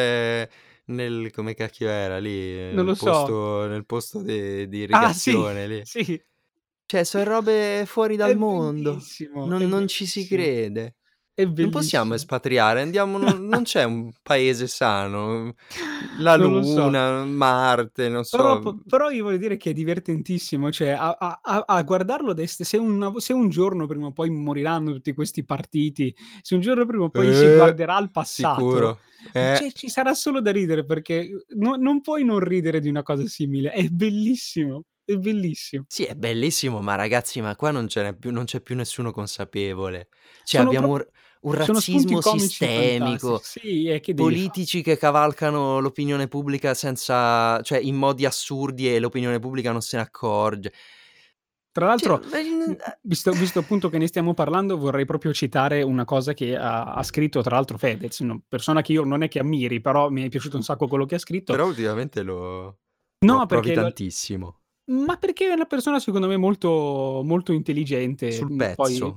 nel come cacchio era lì, Non lo so. nel posto di Ah sì, irrigazione lì. sì, Cioè son robe fuori dal è mondo. bellissimo, è Non ci si bellissimo, crede. è Non possiamo bellissimo. espatriare, andiamo non c'è un paese sano. La Non lo so. Luna, Marte, non so. Però io voglio dire che è divertentissimo, cioè a guardarlo se un giorno prima o poi moriranno tutti questi partiti, se un giorno prima o poi si guarderà al passato, Sicuro. cioè ci sarà solo da ridere perché non puoi non ridere di una cosa simile. È bellissimo, è bellissimo. Sì, è bellissimo, ma ragazzi, ma qua non c'è più nessuno consapevole. Cioè Sono abbiamo pro un sono spunti razzismo comici fantastici. sistemico, Sì, e che devi fa politici che cavalcano l'opinione pubblica senza cioè in modi assurdi e l'opinione pubblica non se ne accorge. Tra Cioè, l'altro, visto appunto che ne stiamo parlando, vorrei proprio citare una cosa che ha scritto tra l'altro Fedez, persona che io non è che ammiri, però mi è piaciuto un sacco quello che ha scritto. però ultimamente lo No, approvi perché lo tantissimo. ma perché è una persona secondo me molto intelligente, Sul poi pezzo.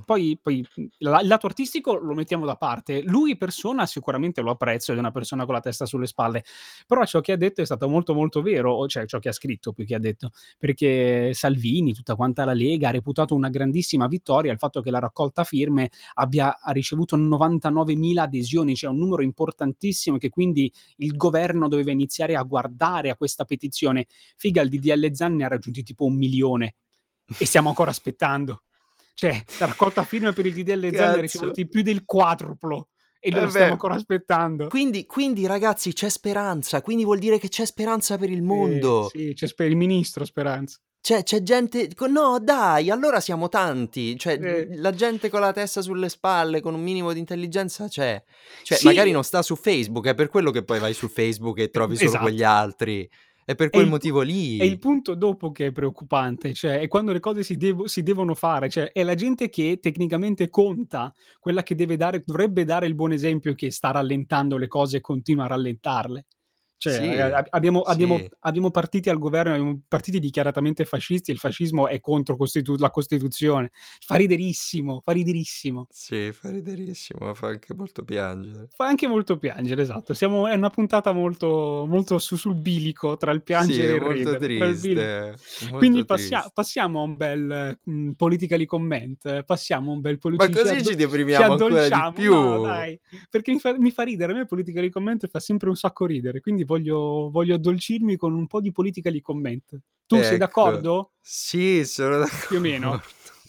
il lato artistico lo mettiamo da parte. Lui persona sicuramente lo apprezzo ed è una persona con la testa sulle spalle, però ciò che ha detto è stato molto vero, o cioè ciò che ha scritto più che ha detto, perché Salvini, tutta quanta la Lega, ha reputato una grandissima vittoria il fatto che la raccolta firme ha ricevuto 99.000 adesioni, cioè un numero importantissimo che quindi il governo doveva iniziare a guardare a questa petizione. Figa, il DDL Zan ne ha raggiunti tipo 1.000.000 e stiamo ancora aspettando. Cioè, la raccolta firme per il DDL Zan ne ha Cazzo. ricevuti più del quadruplo e lo stiamo Beh, ancora aspettando. quindi ragazzi c'è speranza, quindi vuol dire che c'è speranza per il mondo. Sì, il ministro Speranza. Cioè c'è gente no dai, allora siamo tanti, cioè, Eh, la gente con la testa sulle spalle, con un minimo di intelligenza c'è. Cioè magari sì, non sta su Facebook, è per quello che poi vai su Facebook e trovi solo quegli esatto. altri. È per È quel il pu motivo è il lì. punto dopo che è preoccupante, cioè è quando le cose si devono fare, cioè è la gente che tecnicamente conta, quella che dovrebbe dare il buon esempio che sta rallentando le cose e continua a rallentarle. Cioè raga Sì, sì. abbiamo partiti al governo, abbiamo partiti dichiaratamente fascisti e il fascismo è contro la Costituzione. Fa riderissimo, fa riderissimo. Sì, fa riderissimo, ma fa anche molto piangere. Fa anche molto piangere, esatto. È una puntata molto sul bilico, tra il Sì, piangere è e il molto ridere, tra il bili triste, quindi molto triste. passiamo a un bel, politically comment, passiamo a un bel Ma poli così ci ci deprimiamo ancora di addolciamo. No più. dai, perché mi fa ridere, a me politically comment fa sempre un sacco ridere, quindi voglio addolcirmi con un po' di politically comment. Tu sei Ecco. d'accordo? Sì, sono Più o d'accordo. meno?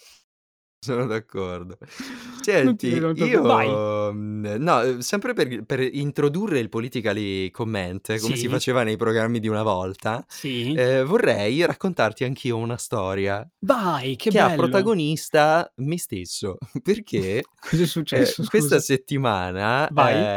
Sono d'accordo. Non ti vedo Senti, molto co vai. io, no, sempre per introdurre il politically comment, come si Sì, faceva nei programmi di una volta, sì. vorrei raccontarti anch'io una storia Vai, che che ha bello. protagonista me stesso, perché, Cos'è successo questa scusa? settimana, Vai.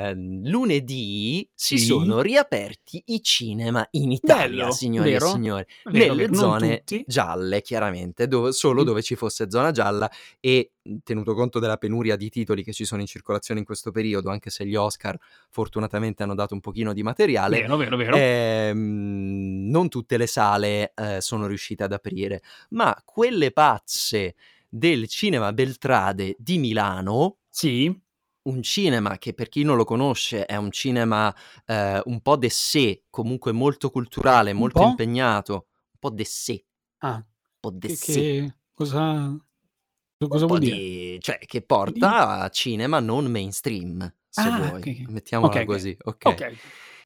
lunedì si Sì. sono riaperti i cinema in Italia, Bello, signori e vero? signori, Vero, nelle non zone tutti. gialle chiaramente, solo Sì, dove ci fosse zona gialla e, tenuto conto della penuria di titoli che ci sono in circolazione in questo periodo, anche se gli Oscar fortunatamente hanno dato un pochino di materiale, vero. non tutte le sale, sono riuscite ad aprire. Ma quelle pazze del Cinema Beltrade di Milano, Sì, un cinema che per chi non lo conosce è un cinema, un po' d'essai, comunque molto culturale, un molto po'? impegnato, un po' d'essai, Ah, un po' che d'essai, che cosa un cosa vuol po' dire? di cioè che I porta a cinema non mainstream, se vuoi, okay, mettiamola okay, okay. così, okay. Okay,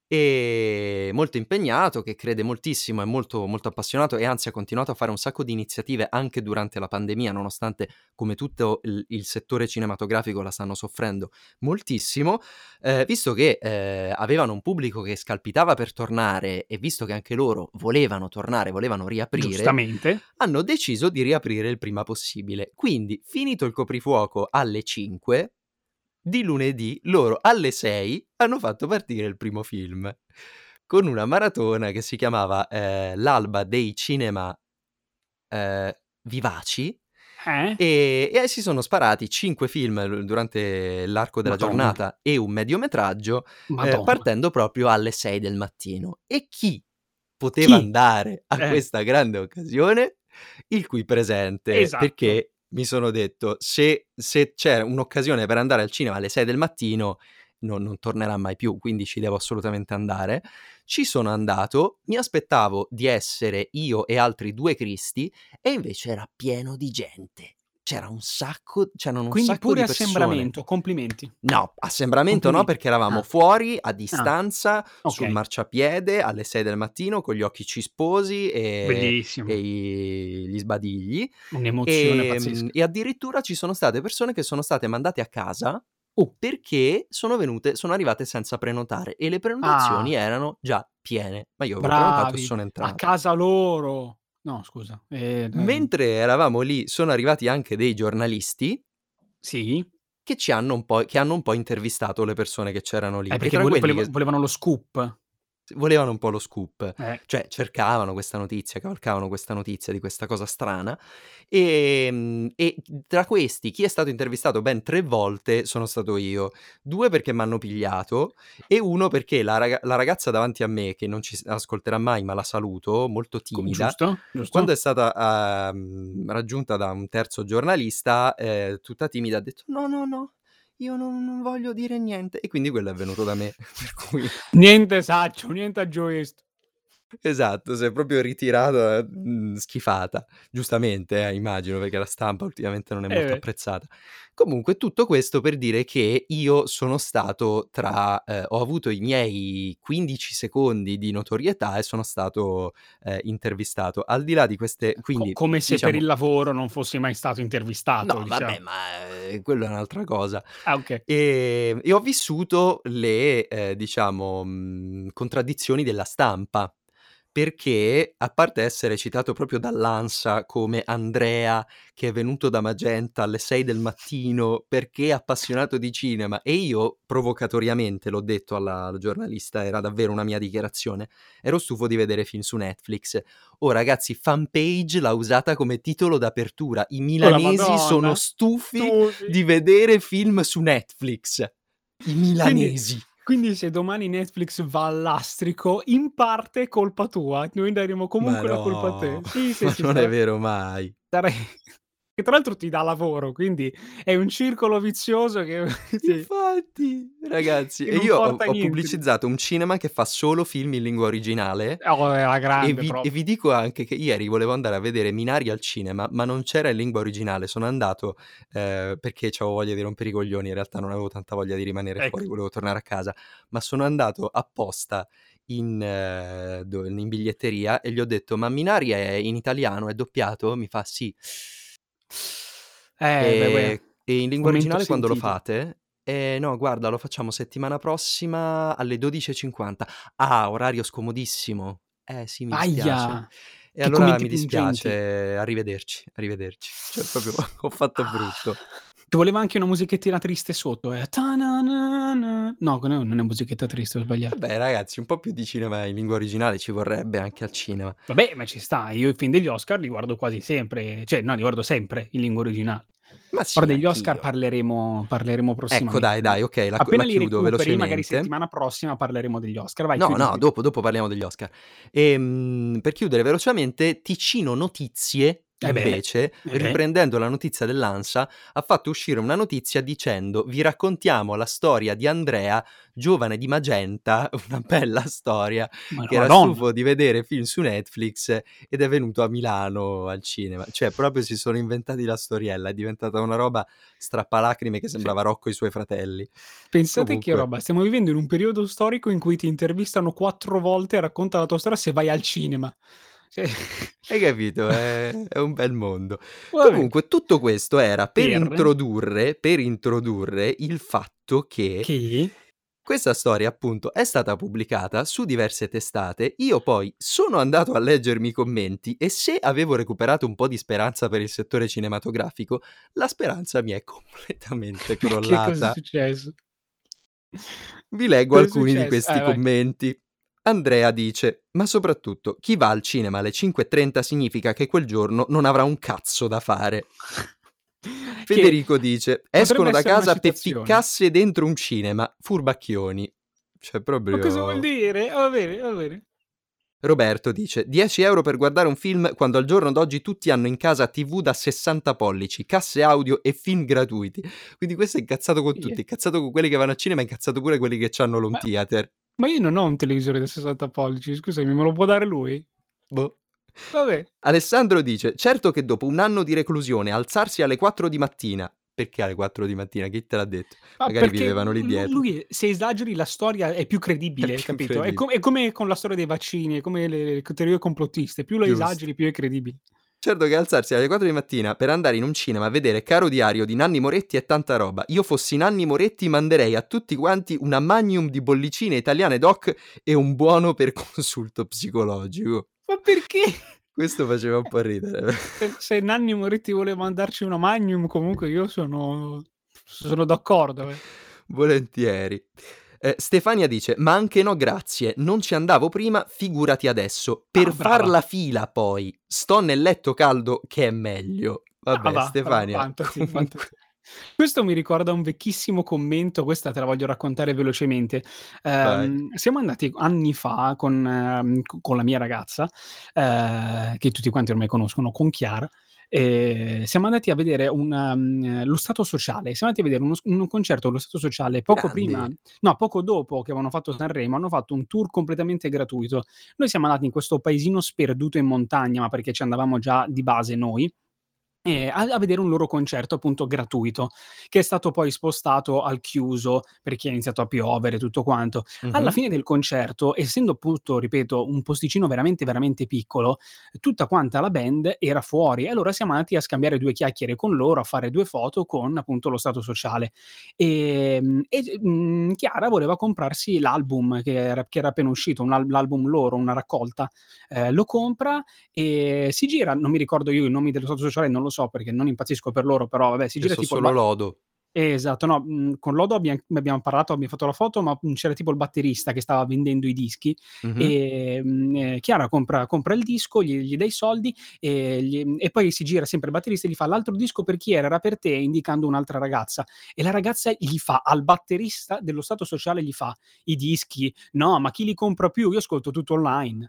Molto impegnato, che crede moltissimo, è molto, molto appassionato e anzi ha continuato a fare un sacco di iniziative anche durante la pandemia, nonostante come tutto il settore cinematografico la stanno soffrendo moltissimo, visto che, avevano un pubblico che scalpitava per tornare e visto che anche loro volevano tornare, volevano riaprire, Giustamente. hanno deciso di riaprire il prima possibile. Quindi, finito il coprifuoco alle 5, di lunedì loro alle 6 hanno fatto partire il primo film, con una maratona che si chiamava, L'alba dei cinema, ehm, vivaci, Eh? e si sono sparati 5 film durante l'arco della Madonna, giornata e un mediometraggio, madonna. partendo proprio alle 6 del mattino. E chi poteva Chi? andare a Eh, questa grande occasione? Il qui presente, esatto. perché mi sono detto: "Se c'è un'occasione per andare al cinema alle 6 del mattino, non tornerà mai più, quindi ci devo assolutamente andare." Ci sono andato, mi aspettavo di essere io e altri 2 cristi e invece era pieno di gente. C'erano un Quindi sacco pure di persone. assembramento, complimenti. No, assembramento no, Complimenti. perché eravamo Ah, fuori, a ah, distanza, sul okay. marciapiede alle 6 del mattino con gli occhi cisposi e Bellissimo. gli sbadigli. Un'emozione pazzesca. E addirittura ci sono state persone che sono state mandate a casa Uh, perché sono arrivate senza prenotare e le prenotazioni ah, erano già piene. Ma io avevo prenotato e bravi, sono a entrato. casa loro. No scusa, Mentre eravamo lì, sono arrivati anche dei giornalisti sì? che hanno un po' intervistato le persone che c'erano lì e Perché tra quelli che volevano lo scoop. volevano un po' lo scoop, Eh. cioè cercavano questa notizia, cavalcavano questa notizia di questa cosa strana, e tra questi chi è stato intervistato ben 3 volte sono stato io. 2 perché m'hanno pigliato e 1 perché la ragazza davanti a me, che non ci ascolterà mai, ma la saluto, molto timida, Giusto, quando è giusto. stata, raggiunta da un terzo giornalista, tutta timida ha detto: "No, no, no, io non voglio dire niente." E quindi quello è venuto da me, per cui Niente saccio, niente a gioest. esatto, si è proprio ritirata, schifata. Giustamente immagino, perché la stampa ultimamente non è molto Beh. apprezzata. Comunque tutto questo per dire che io sono stato ho avuto i miei 15 secondi di notorietà e sono stato, intervistato. Al di là di queste quindi Come se per il diciamo lavoro non fossi mai stato intervistato, no vabbè, diciamo. ma, quello è un'altra cosa. Ah, okay. E ho vissuto le, diciamo, contraddizioni della stampa, perché a parte essere citato proprio dall'ANSA come Andrea che è venuto da Magenta alle 6 del mattino perché è appassionato di cinema e io provocatoriamente l'ho detto alla giornalista, era davvero una mia dichiarazione, ero stufo di vedere film su Netflix. Oh ragazzi, Fanpage l'ha usata come titolo d'apertura. I Oh la milanesi sono madonna. stufi Stufi. di vedere film su Netflix. I Quindi milanesi. se domani Netflix va al lastrico, in parte è colpa tua. Noi daremo Ma comunque la colpa a no, te. Sì, sì, ma sì, non è vero mai. sarai che tra l'altro ti dà lavoro, quindi è un circolo vizioso che sì, Infatti, ragazzi, che e non io porta a ho niente di pubblicizzato un cinema che fa solo film in lingua originale oh, è alla e grande vi proprio. dico anche che ieri volevo andare a vedere Minari al cinema, ma non c'era in lingua originale. Sono andato, perché c'avevo voglia di rompere i coglioni, in realtà non avevo tanta voglia di rimanere Ecco. fuori, volevo tornare a casa, ma sono andato apposta in biglietteria e gli ho detto: "Ma Minari è in italiano, è doppiato?" Mi fa: "Sì." Beh, E in lingua commento originale quando lo sentito. fate? No guarda lo facciamo settimana prossima alle 12:50. Ah, orario scomodissimo. Sì, mi dispiace. Ahia! E Che allora commenti mi pungenti. dispiace, arrivederci, arrivederci. Cioè proprio ho fatto Ah. brutto. Ci voleva anche una musichettina triste sotto, ta-na-na-na. No, non è musichetta triste, ho sbagliato. Vabbè ragazzi, un po' più di cinema in lingua originale ci vorrebbe anche al cinema. Vabbè, ma ci sta, io i film degli Oscar li guardo quasi sempre, cioè no, li guardo sempre in lingua originale. Ma Però sì, degli Oscar anch'io. parleremo Ecco prossimamente, dai, dai. dai, okay, Appena la li chiudo recuperi, magari velocemente. settimana prossima parleremo degli Oscar. Vai, No, chiudi, no, chiudi. dopo parliamo degli Oscar. Per chiudere velocemente, Ticino Notizie Eh beh, invece, eh beh. riprendendo la notizia dell'ANSA, ha fatto uscire una notizia dicendo: "Vi raccontiamo la storia di Andrea, giovane di Magenta", una bella storia, Ma che era Madonna. stufo di vedere film su Netflix ed è venuto a Milano al cinema. Cioè, proprio si sono inventati la storiella, è diventata una roba strappalacrime che Sì. sembrava Rocco e i suoi fratelli. Pensate che Comunque roba, stiamo vivendo in un periodo storico in cui ti intervistano 4 volte e racconta la tua storia se vai al cinema. Cioè hai capito? È un bel mondo. vabbè, Comunque tutto questo era per per introdurre il fatto che che? questa storia appunto è stata pubblicata su diverse testate, io poi sono andato a leggermi i commenti e se avevo recuperato un po' di speranza per il settore cinematografico, la speranza mi è completamente Che cosa è crollata. successo? Vi leggo Cosa è alcuni di successo? questi Vai. commenti. Andrea dice: "Ma soprattutto, chi va al cinema alle 5:30 significa che quel giorno non avrà un cazzo da fare." Che Federico dice: potrebbe "Escono da essere una casa per citazione. ficcasse dentro un cinema, furbacchioni." Cioè Ma cosa vuol proprio. dire? Va bene, va bene. Roberto dice: "10 € per guardare un film quando al giorno d'oggi tutti hanno in casa TV da 60 pollici, casse audio e film gratuiti." Quindi questo è incazzato con Sì. tutti, è incazzato con quelli che vanno al cinema, è incazzato pure quelli che c'hanno l'home Ma theater. ma io non ho un televisore da 60 pollici, scusami, me lo può dare lui? Boh. Vabbè. Alessandro dice: "Certo che dopo 1 anno di reclusione alzarsi alle 4 di mattina." Perché alle 4 di mattina? Chi te l'ha detto? Ma Magari perché vivevano lì dietro. lui se esageri la storia è più È credibile, più capito? È incredibile. come con la storia dei vaccini, è come le teorie complottiste, più lo Giusto. esageri più è credibile. Certo che alzarsi alle 4 di mattina per andare in un cinema a vedere Caro Diario di Nanni Moretti è tanta roba. Io fossi Nanni Moretti manderei a tutti quanti una magnum di bollicine italiane doc e un buono per consulto psicologico. Ma perché? Questo faceva un po' ridere. Se Nanni Moretti vuole mandarci una magnum comunque io sono d'accordo, Volentieri. Stefania dice: "Ma anche no grazie, non ci andavo prima, figurati adesso. Per Ah, far brava. la fila poi. Sto nel letto caldo che è meglio." Vabbè Brava, Stefania, vantati, comunque vantati. Questo mi ricorda un vecchissimo commento, questa te la voglio raccontare velocemente. vai. Siamo andati anni fa con la mia ragazza, che tutti quanti ormai conoscono, con Chiara, siamo andati a vedere lo Stato Sociale. Siamo andati a vedere un concerto dello Stato Sociale poco prima Grandi. no, poco dopo che avevano fatto Sanremo, hanno fatto un tour completamente gratuito. Noi siamo andati in questo paesino sperduto in montagna, ma perché ci andavamo già di base noi, a vedere un loro concerto appunto gratuito, che è stato poi spostato al chiuso perché è iniziato a piovere e tutto quanto. Alla Mh-mh. fine del concerto, essendo appunto, ripeto, un posticino veramente, veramente piccolo, tutta quanta la band era fuori e allora siamo andati a scambiare 2 chiacchiere con loro, a fare 2 foto con appunto lo Stato Sociale. Chiara voleva comprarsi l'album che era appena uscito, l'album loro, una raccolta. Lo compra e si gira, non mi ricordo io i nomi dello Stato Sociale, non lo so perché non impazzisco per loro, però vabbè, si Io gira so tipo il solo Lodo. esatto, no, con Lodo abbiam parlato, abbiam fatto la foto, ma, c'era tipo il batterista che stava vendendo i dischi, Mh-mh. Chiara compra il disco, gli dà i soldi, e poi si gira sempre il batterista e gli fa: "L'altro disco per chi era?" "Era per te", indicando un'altra ragazza. E la ragazza gli fa al batterista dello Stato Sociale gli fa: "I dischi? No, ma chi li compra più? Io ascolto tutto online."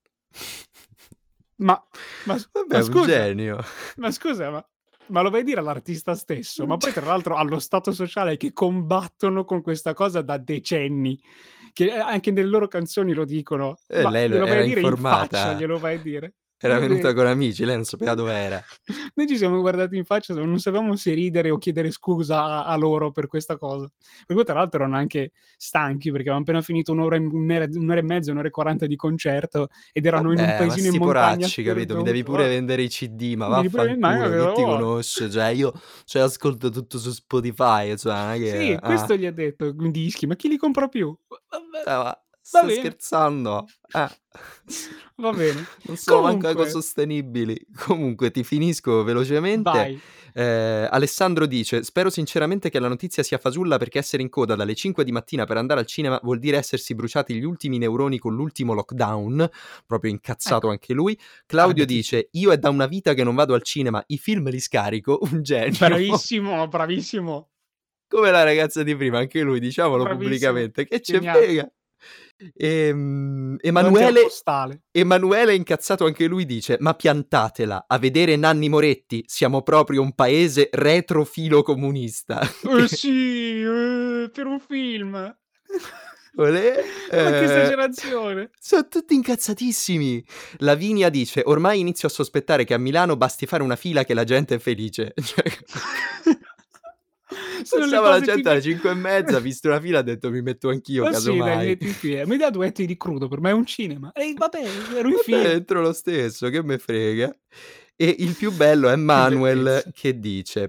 Ma ma s Vabbè, ma è un scusa genio. ma scusa, ma lo vai a dire all'artista stesso? Ma poi tra l'altro allo stato sociale che combattono con questa cosa da decenni, che anche nelle loro canzoni lo dicono, ma Lei lo glielo vai a era dire in faccia, informata, glielo vai a dire. era Va venuta bene. con amici, lei non sapeva dov'era. Noi ci siamo guardati in faccia, non sapevamo se ridere o chiedere scusa a loro per questa cosa. Per cui tra l'altro erano anche stanchi perché avevam appena finito un'ora e mezza, 1 ora e 40 di concerto ed erano in un Vabbè, ma paesino in 'sti montagna poracci, capito, mi devi sperduto. pure vendere i CD, ma Mi ripreso in mano vaffanculo, e chi ti oh. conosce? Cioè io ascolto tutto su Spotify, cioè non è che Sì, questo gli ha detto, dischi, ma chi li compra più? ma Va stai bene, scherzando? va bene. Non sono manco Comunque, ecosostenibili. Comunque ti finisco velocemente. vai. Alessandro dice: "Spero sinceramente che la notizia sia fasulla perché essere in coda dalle 5 di mattina per andare al cinema vuol dire essersi bruciati gli ultimi neuroni con l'ultimo lockdown." Proprio incazzato Ecco, anche lui. Claudio arrabbiati tu. dice: "Io è da una vita che non vado al cinema, i film li scarico." Un genio. Bravissimo, bravissimo, Come la ragazza di prima, anche lui diciamolo bravissimo. pubblicamente. Che ce Geniale. frega? Bandiera Emanuele postale. Emanuele incazzato anche lui dice: "Ma piantatela, a vedere Nanni Moretti, siamo proprio un paese retrofilo comunista." Che Sì, per un film. olè, Ma che esagerazione. son tutti incazzatissimi. Lavinia dice: "Ormai inizio a sospettare che a Milano basti fare una fila che la gente è felice." Cioè Sono le passava la cose gente alle tipi 5 e mezza, ha visto una fila, ha detto: "Mi metto anch'io ma sì dai, casomai." metti fine. Mi dà 2 etti di crudo, per me è un cinema. E vabbè, ero in Vabbè, fila. entro lo stesso, che me frega. E il più bello è Che Manuel bellezza. che dice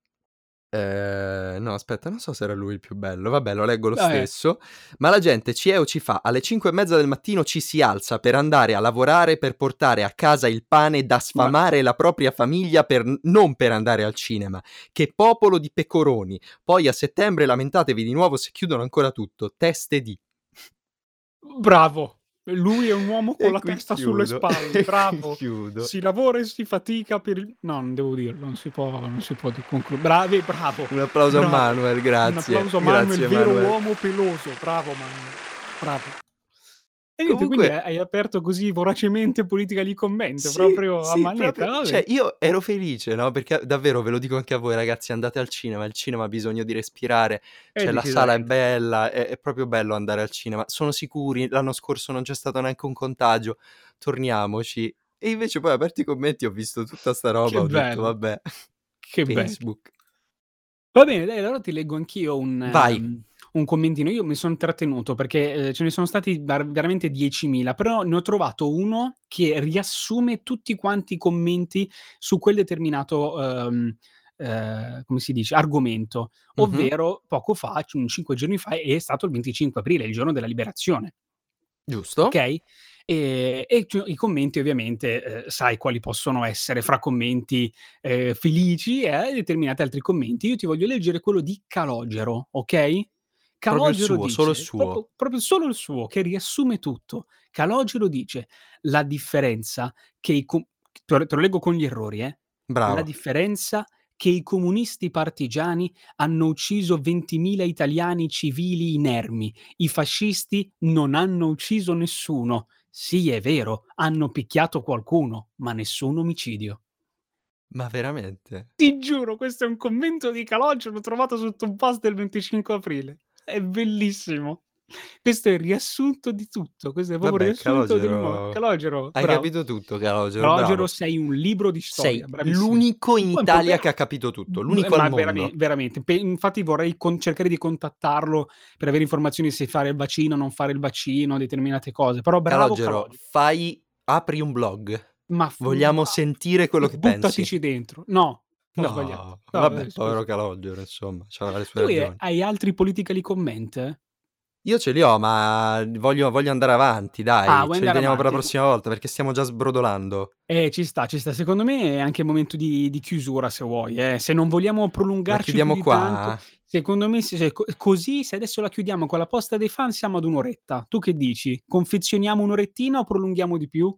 no aspetta, non so se era lui il più bello, vabbè lo leggo lo Eh, stesso. "Ma la gente ci è o ci fa? Alle 5 e mezza del mattino ci si alza per andare a lavorare, per portare a casa il pane da ma sfamare la propria famiglia per non per andare al cinema. Che popolo di pecoroni. Poi a settembre lamentatevi di nuovo se chiudono ancora tutto. Teste di." bravo. Lui è un uomo con E la qui testa sulle chiudo, spalle, e qui bravo. chiudo. Si lavora e si fatica per il no, non devo dirlo, non si può di bravi, bravo, Un applauso a bravo. Manuel, Un grazie. applauso a Manuel, Grazie vero Manuel. uomo peloso. Bravo Manuel, bravo. E niente, quindi Comunque hai aperto così voracemente Politically Comment, sì, proprio a sì, manetta, proprio vabbè. cioè io ero felice, no, perché davvero ve lo dico anche a voi ragazzi, andate al cinema, il cinema ha bisogno di respirare, cioè la sala è Decisamente. bella, è proprio bello andare al cinema. Sono sicuri, l'anno scorso non c'è stato neanche un contagio, torniamoci. E invece poi aperti i commenti ho visto tutta sta roba, Che ho detto: bello, "Vabbè, che bello. Facebook." Va bene, dai, allora ti leggo anch'io Vai. un commentino. Io mi son trattenuto perché, ce ne sono stati veramente 10.000, però ne ho trovato uno che riassume tutti quanti i commenti su quel determinato, come si dice, argomento, Mh-mh. ovvero poco fa, 5 giorni fa, è stato il 25 aprile, il giorno della liberazione. Giusto. Okay? I commenti ovviamente, sai quali possono essere fra commenti, felici e determinati altri commenti. Io ti voglio leggere quello di Calogero, okay? Proprio il Calogero suo, solo il dice, suo. proprio solo il suo, che riassume tutto. Calogero dice: "La differenza che i co" te lo leggo con gli errori, "La Bravo. differenza che i comunisti partigiani hanno ucciso 20.000 italiani civili inermi. I fascisti non hanno ucciso nessuno. Sì, è vero, hanno picchiato qualcuno, ma nessun omicidio." Ma veramente? Ti giuro, questo è un commento di Calogero trovato sotto un post del 25 aprile. È bellissimo. Questo è il riassunto di tutto, questo è proprio il Vabbè, riassunto del Calogero Calogero, hai bravo. capito tutto Calogero, Calogero, bravo. sei un libro di Sei storia, bravissimo. l'unico in Poi Italia che ha capito tutto, l'unico al ma mondo. veramente, infatti vorrei cercare di contattarlo per avere informazioni se fare il vaccino, non fare il vaccino, determinate cose, però bravo Calogero, Calogero. apri un blog. Ma Vogliamo sentire quello che pensi. buttatici dentro. No, ho sbagliato. No, No, vabbè, scusa. povero Calogero insomma, c'aveva le sue Tu ragioni. hai altri politically comment? Io ce li ho, ma voglio andare avanti Ah, dai, vuoi ce li andare teniamo per la avanti? prossima volta perché stiamo già sbrodolando. Ci sta, ci sta. Secondo me è anche il momento di chiusura se vuoi, eh. Se non vogliamo La prolungarci più chiudiamo di tanto, qua? secondo me se così, se adesso la chiudiamo con la posta dei fan siamo ad 1 oretta. Tu che dici? Confezioniamo 1 orettina o prolunghiamo di più?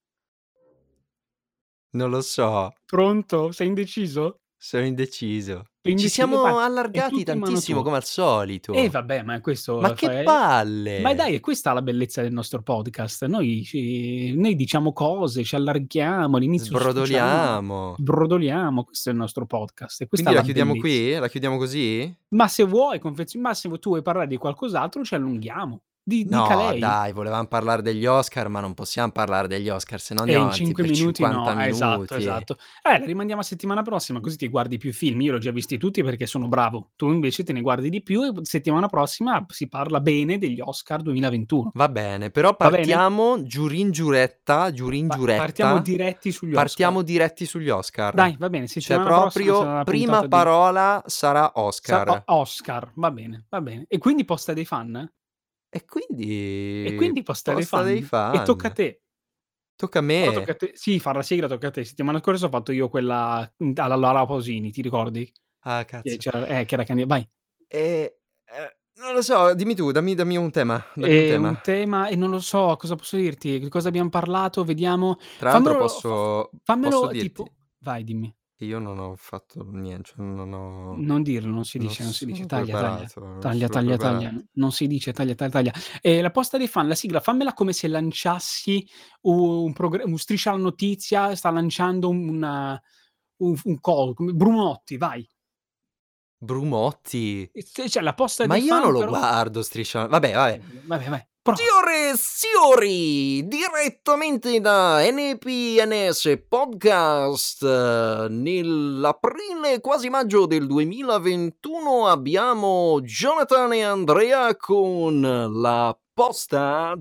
Non lo so, Pronto? Sei indeciso? sono indeciso. Sei Ci vai, siamo è allargati tutto in mano tantissimo tua. come al solito. Vabbè, ma Ma questo che ma palle! dai, è questa la bellezza del nostro podcast. Noi diciamo cose, ci allarghiamo, all'inizio sfociamo, Sbrodoliamo. sbrodoliamo, questo è il nostro podcast e questa Quindi è la la chiudiamo bellezza. qui? La chiudiamo così? Ma se vuoi ma se tu vuoi parlare di qualcos'altro ci allunghiamo. Dica No, lei. dai, volevam parlar degli Oscar, ma non possiam parlare degli Oscar, se no E andiamo in avanti 5 per minuti 50 no, esatto, minuti. esatto. La rimandiamo a settimana prossima, così ti guardi più film. Io li ho già visti tutti perché sono bravo. Tu invece te ne guardi di più e settimana prossima si parla bene degli Oscar 2021. Va bene, però Va bene? partiamo giurin Partiamo giuretta, diretti sugli Oscar. partiamo diretti sugli Oscar. Dai, va bene, Cioè settimana prossima sarà proprio la prima puntata di parola sarà Oscar. Oscar, va bene, va bene. E quindi posta dei fan? E E quindi quindi posta dei posta dei fan? E tocca a fan. te. Tocca a Ora tocca me. a te sì, far la sigla tocca a te. Settimana scorsa ho fatto io quella, alla Lara Pausini, ti ricordi? Ah, Che cazzo. c'era che era vai. Non lo so, dimmi tu, dammi un tema, dammi un tema. Un tema non lo so, cosa posso dirti? Di cosa abbiamo parlato? Vediamo. Tra l'altro Fammelo posso fammelo dirti tipo vai, dimmi. Io non ho fatto niente, cioè non ho Non dirlo, non si non dice, non si dice. sono Taglia, taglia. preparato, non Taglia, sono taglia, taglia. preparato. Non si dice taglia, taglia, taglia. La posta dei fan, la sigla, fammela come se lanciassi un Striscia la notizia, sta lanciando un call, come Brunotti, vai. Brumotti? Cioè la posta Ma dei io non fan lo però guardo Striscia vabbè, vabbè. vabbè, vai, prova. Signore e signori, direttamente da NPNS Podcast, nell'aprile, quasi maggio del 2021 abbiamo Jonathan e Andrea con la posta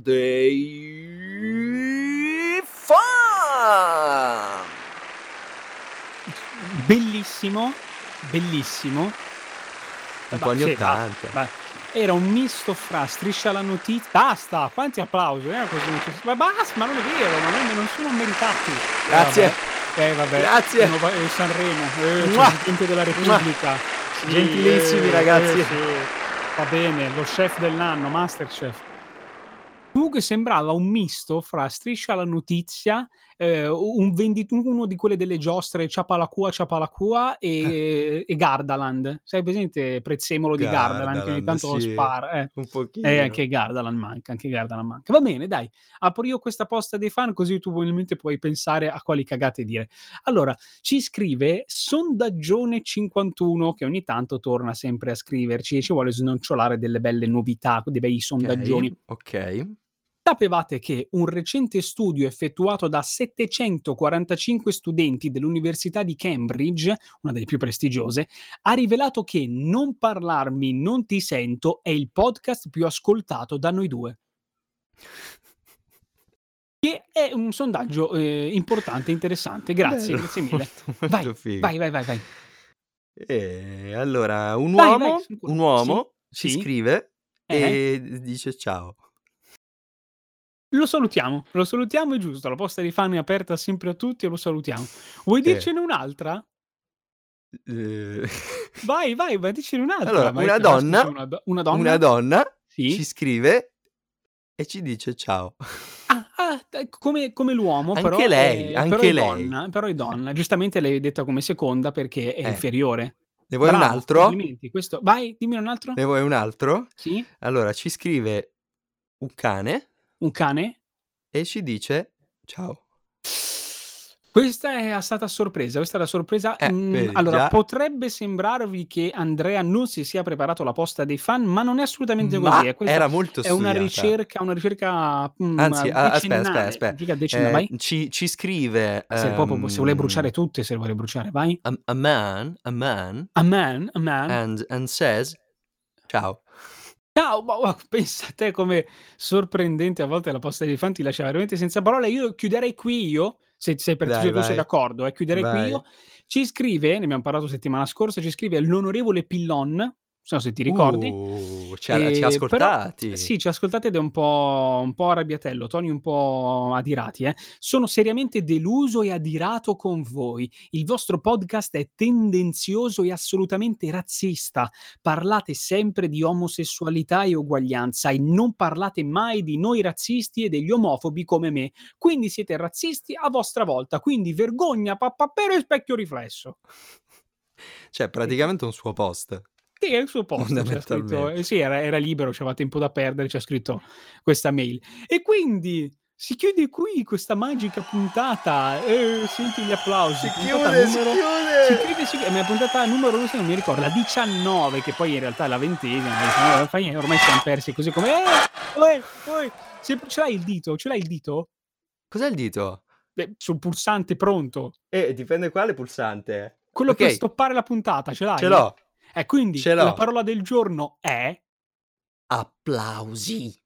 dei fan. Bellissimo, bellissimo. Un po' anni Sì, basta, '80. era un misto fra Striscia la notizia basta, quanti applausi, così ma basta, ma non è vero, ma non sono meritati. Grazie, Vabbè, grazie. sono Sanremo, Mua, Presidente della mua. Repubblica. Sì, Gentilissimi ragazzi. sì, va bene, lo chef dell'anno, Masterchef. Comunque sembrava un misto fra Striscia la notizia, uno di quelle delle giostre Ciapa la cua e Gardaland. Sai presente Prezzemolo di Gardaland che ogni Gardaland, tanto sì, spara, un pochino. anche Gardaland manca, anche Gardaland manca. Va bene dai, apro io questa posta dei fan così tu probabilmente puoi pensare a quali cagate dire. Allora, ci scrive Sondaggione51 che ogni tanto torna sempre a scriverci e ci vuole snocciolare delle belle novità, dei bei Okay, sondaggioni. okay. Sapevate che un recente studio effettuato da 745 studenti dell'Università di Cambridge, una delle più prestigiose, ha rivelato che "Non parlarmi, non ti sento" è il podcast più ascoltato da noi 2. Che è un sondaggio, importante e interessante. Grazie, Bello, grazie mille. molto, Vai, molto figo. vai, vai, vai, vai. Allora Vai, vai, son un curioso. Sì, uomo ci sì, scrive eh. e dice: "Ciao". Lo salutiamo, è giusto, la posta dei fan è aperta sempre a tutti e lo salutiamo. Vuoi Eh, dircene un'altra? uhm, Vai, vai, vai, dicene allora un'altra. Vai che vai, scusa, una una donna? donna ci Sì? scrive e ci dice: "Ciao". T come l'uomo però Anche lei. è donna. Giustamente l'hai detta come seconda perché è Eh. inferiore. Ne vuoi un Bravo, altro? complimenti. Questo vai, dimmene un altro. Ne vuoi un altro? Sì? Allora ci scrive un cane Un cane? e ci dice: "Ciao". Questa è a stata a sorpresa, questa è la sorpresa Vedi allora già. potrebbe sembrarvi che Andrea non si sia preparato la posta dei fan, ma non è assolutamente così. Ma era molto È una studiata. ricerca, Anzi, a decennale, antica vai. ci scrive, Se vuole bruciare tutte, se le vuole bruciare, vai. a man A man. and says: "Ciao". Ciao, ma pensa a te come sorprendente a volte la posta dei fan ti lascia veramente senza parole. Io chiuderei qui io, se Dai, tu sei vai, d'accordo, chiuderei qui io. vai. Ci scrive, ne abbiam parlato settimana scorsa, ci scrive l'onorevole Pillon, non so se ti ricordi, Ci ha però ascoltati. sì, ci ascoltate ed è un po' arrabbiatello, toni un po' adirati, eh. "Sono seriamente deluso e adirato con voi. Il vostro podcast è tendenzioso e assolutamente razzista. Parlate sempre di omosessualità e uguaglianza e non parlate mai di noi razzisti e degli omofobi come me. Quindi siete razzisti a vostra volta, quindi vergogna, pappappero e specchio riflesso." Cioè E qui praticamente un suo post, sì, è il suo post, c'era scritto fondamentalmente. sì, era libero, c'aveva tempo da perdere, c'ha scritto questa mail. E quindi si chiude qui questa magica puntata. Senti gli applausi. Puntata Si numero chiude! ma è puntata numero adesso non mi ricordo, la 19 che poi in realtà è la 20ª, ma diciamo non fa niente, ormai siam persi così come se ce l'hai il dito? Ce l'hai il dito? Cos'è il dito? Beh, sul pulsante pronto. Dipende quale pulsante. Quello per Okay, stoppare la puntata, ce ce l'hai? l'ho, Quindi ce la l'ho. parola del giorno è Applausi.